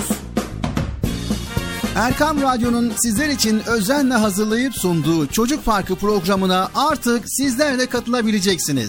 Erkam Radyo'nun sizler için özenle hazırlayıp sunduğu Çocuk Parkı programına artık sizler de katılabileceksiniz.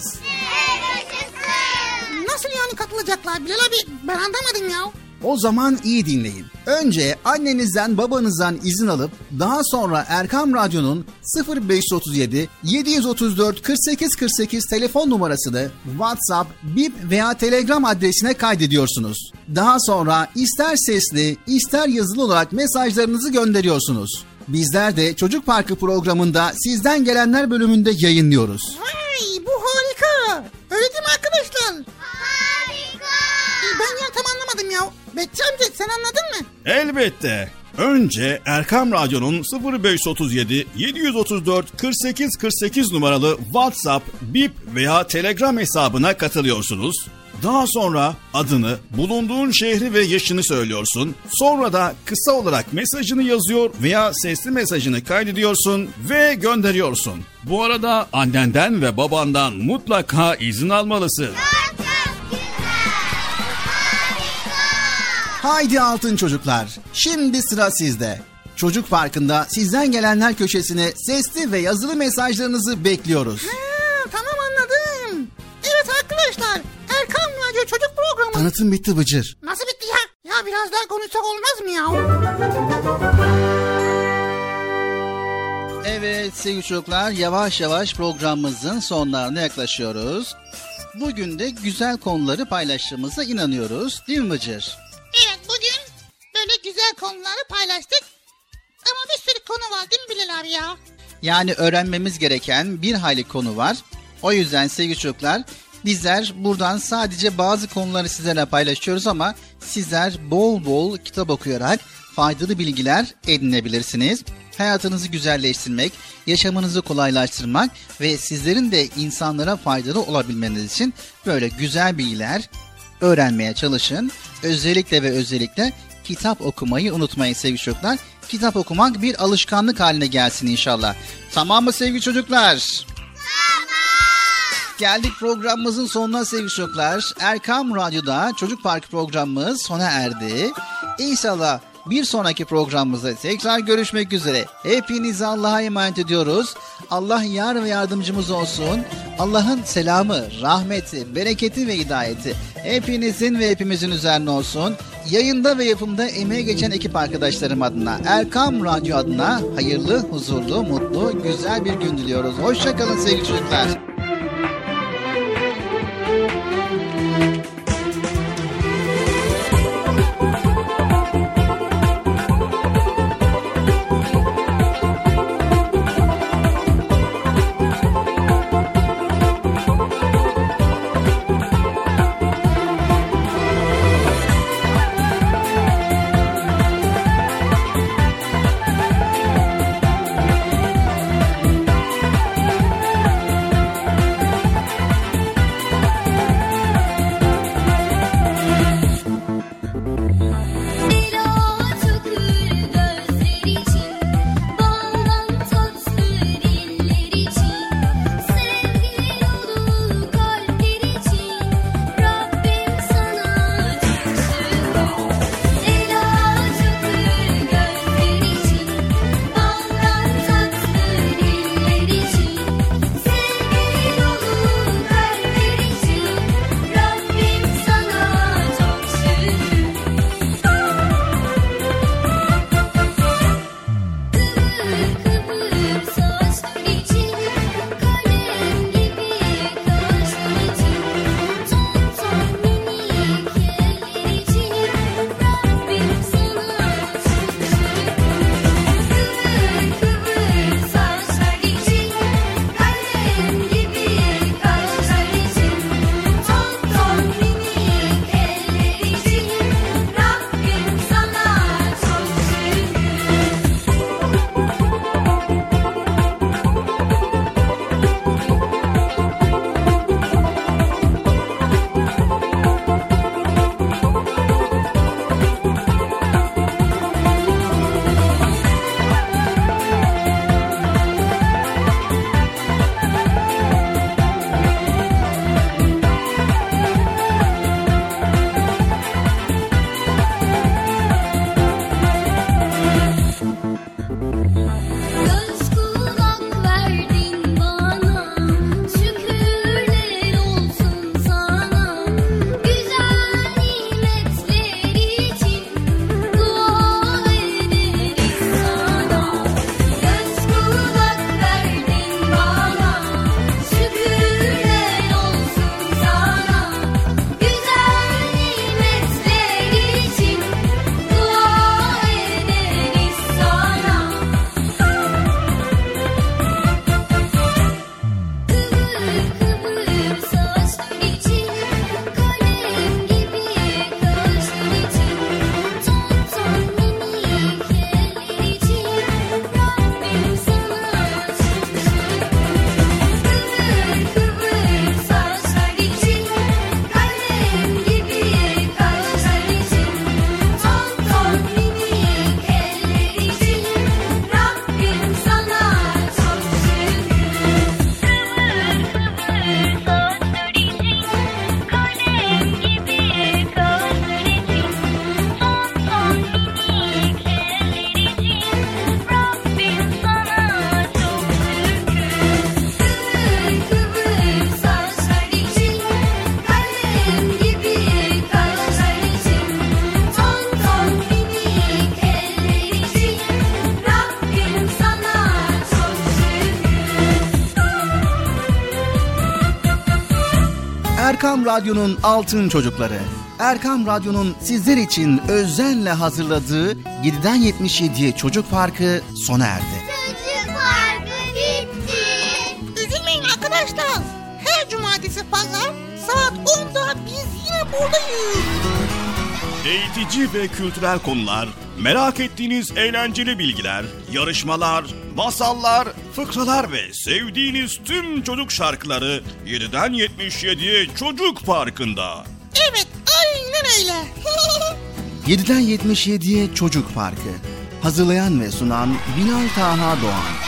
Nasıl yani katılacaklar Bilal abi? Ben anlamadım ya. O zaman iyi dinleyin. Önce annenizden babanızdan izin alıp daha sonra Erkam Radyo'nun sıfır beş otuz yedi yedi otuz dört kırk sekiz kırk sekiz telefon numarasını WhatsApp, Bip veya Telegram adresine kaydediyorsunuz. Daha sonra ister sesli ister yazılı olarak mesajlarınızı gönderiyorsunuz. Bizler de Çocuk Parkı programında sizden gelenler bölümünde yayınlıyoruz. Vay, bu harika. Öyle değil mi arkadaşlar? Harika. Ben ya tam anlamadım ya. Bekçi amca sen anladın mı? Elbette. Önce Erkam Radyo'nun sıfır beş otuz yedi yedi otuz dört kırk sekiz kırk sekiz numaralı WhatsApp, Bip veya Telegram hesabına katılıyorsunuz. Daha sonra adını, bulunduğun şehri ve yaşını söylüyorsun. Sonra da kısa olarak mesajını yazıyor veya sesli mesajını kaydediyorsun ve gönderiyorsun. Bu arada annenden ve babandan mutlaka izin almalısın. Haydi altın çocuklar, şimdi sıra sizde. Çocuk Parkı'nda sizden gelenler köşesine sesli ve yazılı mesajlarınızı bekliyoruz. Ha, tamam anladım. Evet arkadaşlar, Erkam Radyo Çocuk Programı. Tanıtım bitti Bıcır. Nasıl bitti ya? Ya biraz daha konuşsak olmaz mı ya? Evet sevgili çocuklar, yavaş yavaş programımızın sonlarına yaklaşıyoruz. Bugün de güzel konuları paylaştığımıza inanıyoruz, değil mi Bıcır? Evet, bugün böyle güzel konuları paylaştık. Ama bir sürü konu var değil mi Bilal abi ya? Yani öğrenmemiz gereken bir hayli konu var. O yüzden sevgili çocuklar, bizler buradan sadece bazı konuları sizlerle paylaşıyoruz ama sizler bol bol kitap okuyarak faydalı bilgiler edinebilirsiniz. Hayatınızı güzelleştirmek, yaşamınızı kolaylaştırmak ve sizlerin de insanlara faydalı olabilmeniz için böyle güzel bilgiler öğrenmeye çalışın. Özellikle ve özellikle kitap okumayı unutmayın sevgili çocuklar. Kitap okumak bir alışkanlık haline gelsin inşallah. Tamam mı sevgili çocuklar? Geldik programımızın sonuna sevgili çocuklar. Erkam Radyo'da Çocuk Parkı programımız sona erdi. İnşallah bir sonraki programımızda tekrar görüşmek üzere. Hepinizi Allah'a emanet ediyoruz. Allah yar ve yardımcımız olsun. Allah'ın selamı, rahmeti, bereketi ve hidayeti hepinizin ve hepimizin üzerine olsun. Yayında ve yapımda emeği geçen ekip arkadaşlarım adına, Erkam Radyo adına hayırlı, huzurlu, mutlu, güzel bir gün diliyoruz. Hoşça kalın sevgili çocuklar. kıvır saçlar için, kalem gibi kaşlar için, ton ton minik eller için, Rabbim sana çok şükür. Erkam Radyo'nun Altın Çocukları. Erkam Radyo'nun sizler için özenle hazırladığı yediden yetmiş yediye Çocuk Parkı sona erdi. Çocuk Parkı bitti. Üzülmeyin arkadaşlar. Her cumartesi pazar saat onda biz yine buradayız. Eğitici ve kültürel konular, merak ettiğiniz eğlenceli bilgiler, yarışmalar, masallar, fıkralar ve sevdiğiniz tüm çocuk şarkıları yediden yetmiş yediye Çocuk Parkı'nda. Evet, aynen öyle. yediden yetmiş yediye Çocuk Parkı. Hazırlayan ve sunan Binal Taha Doğan.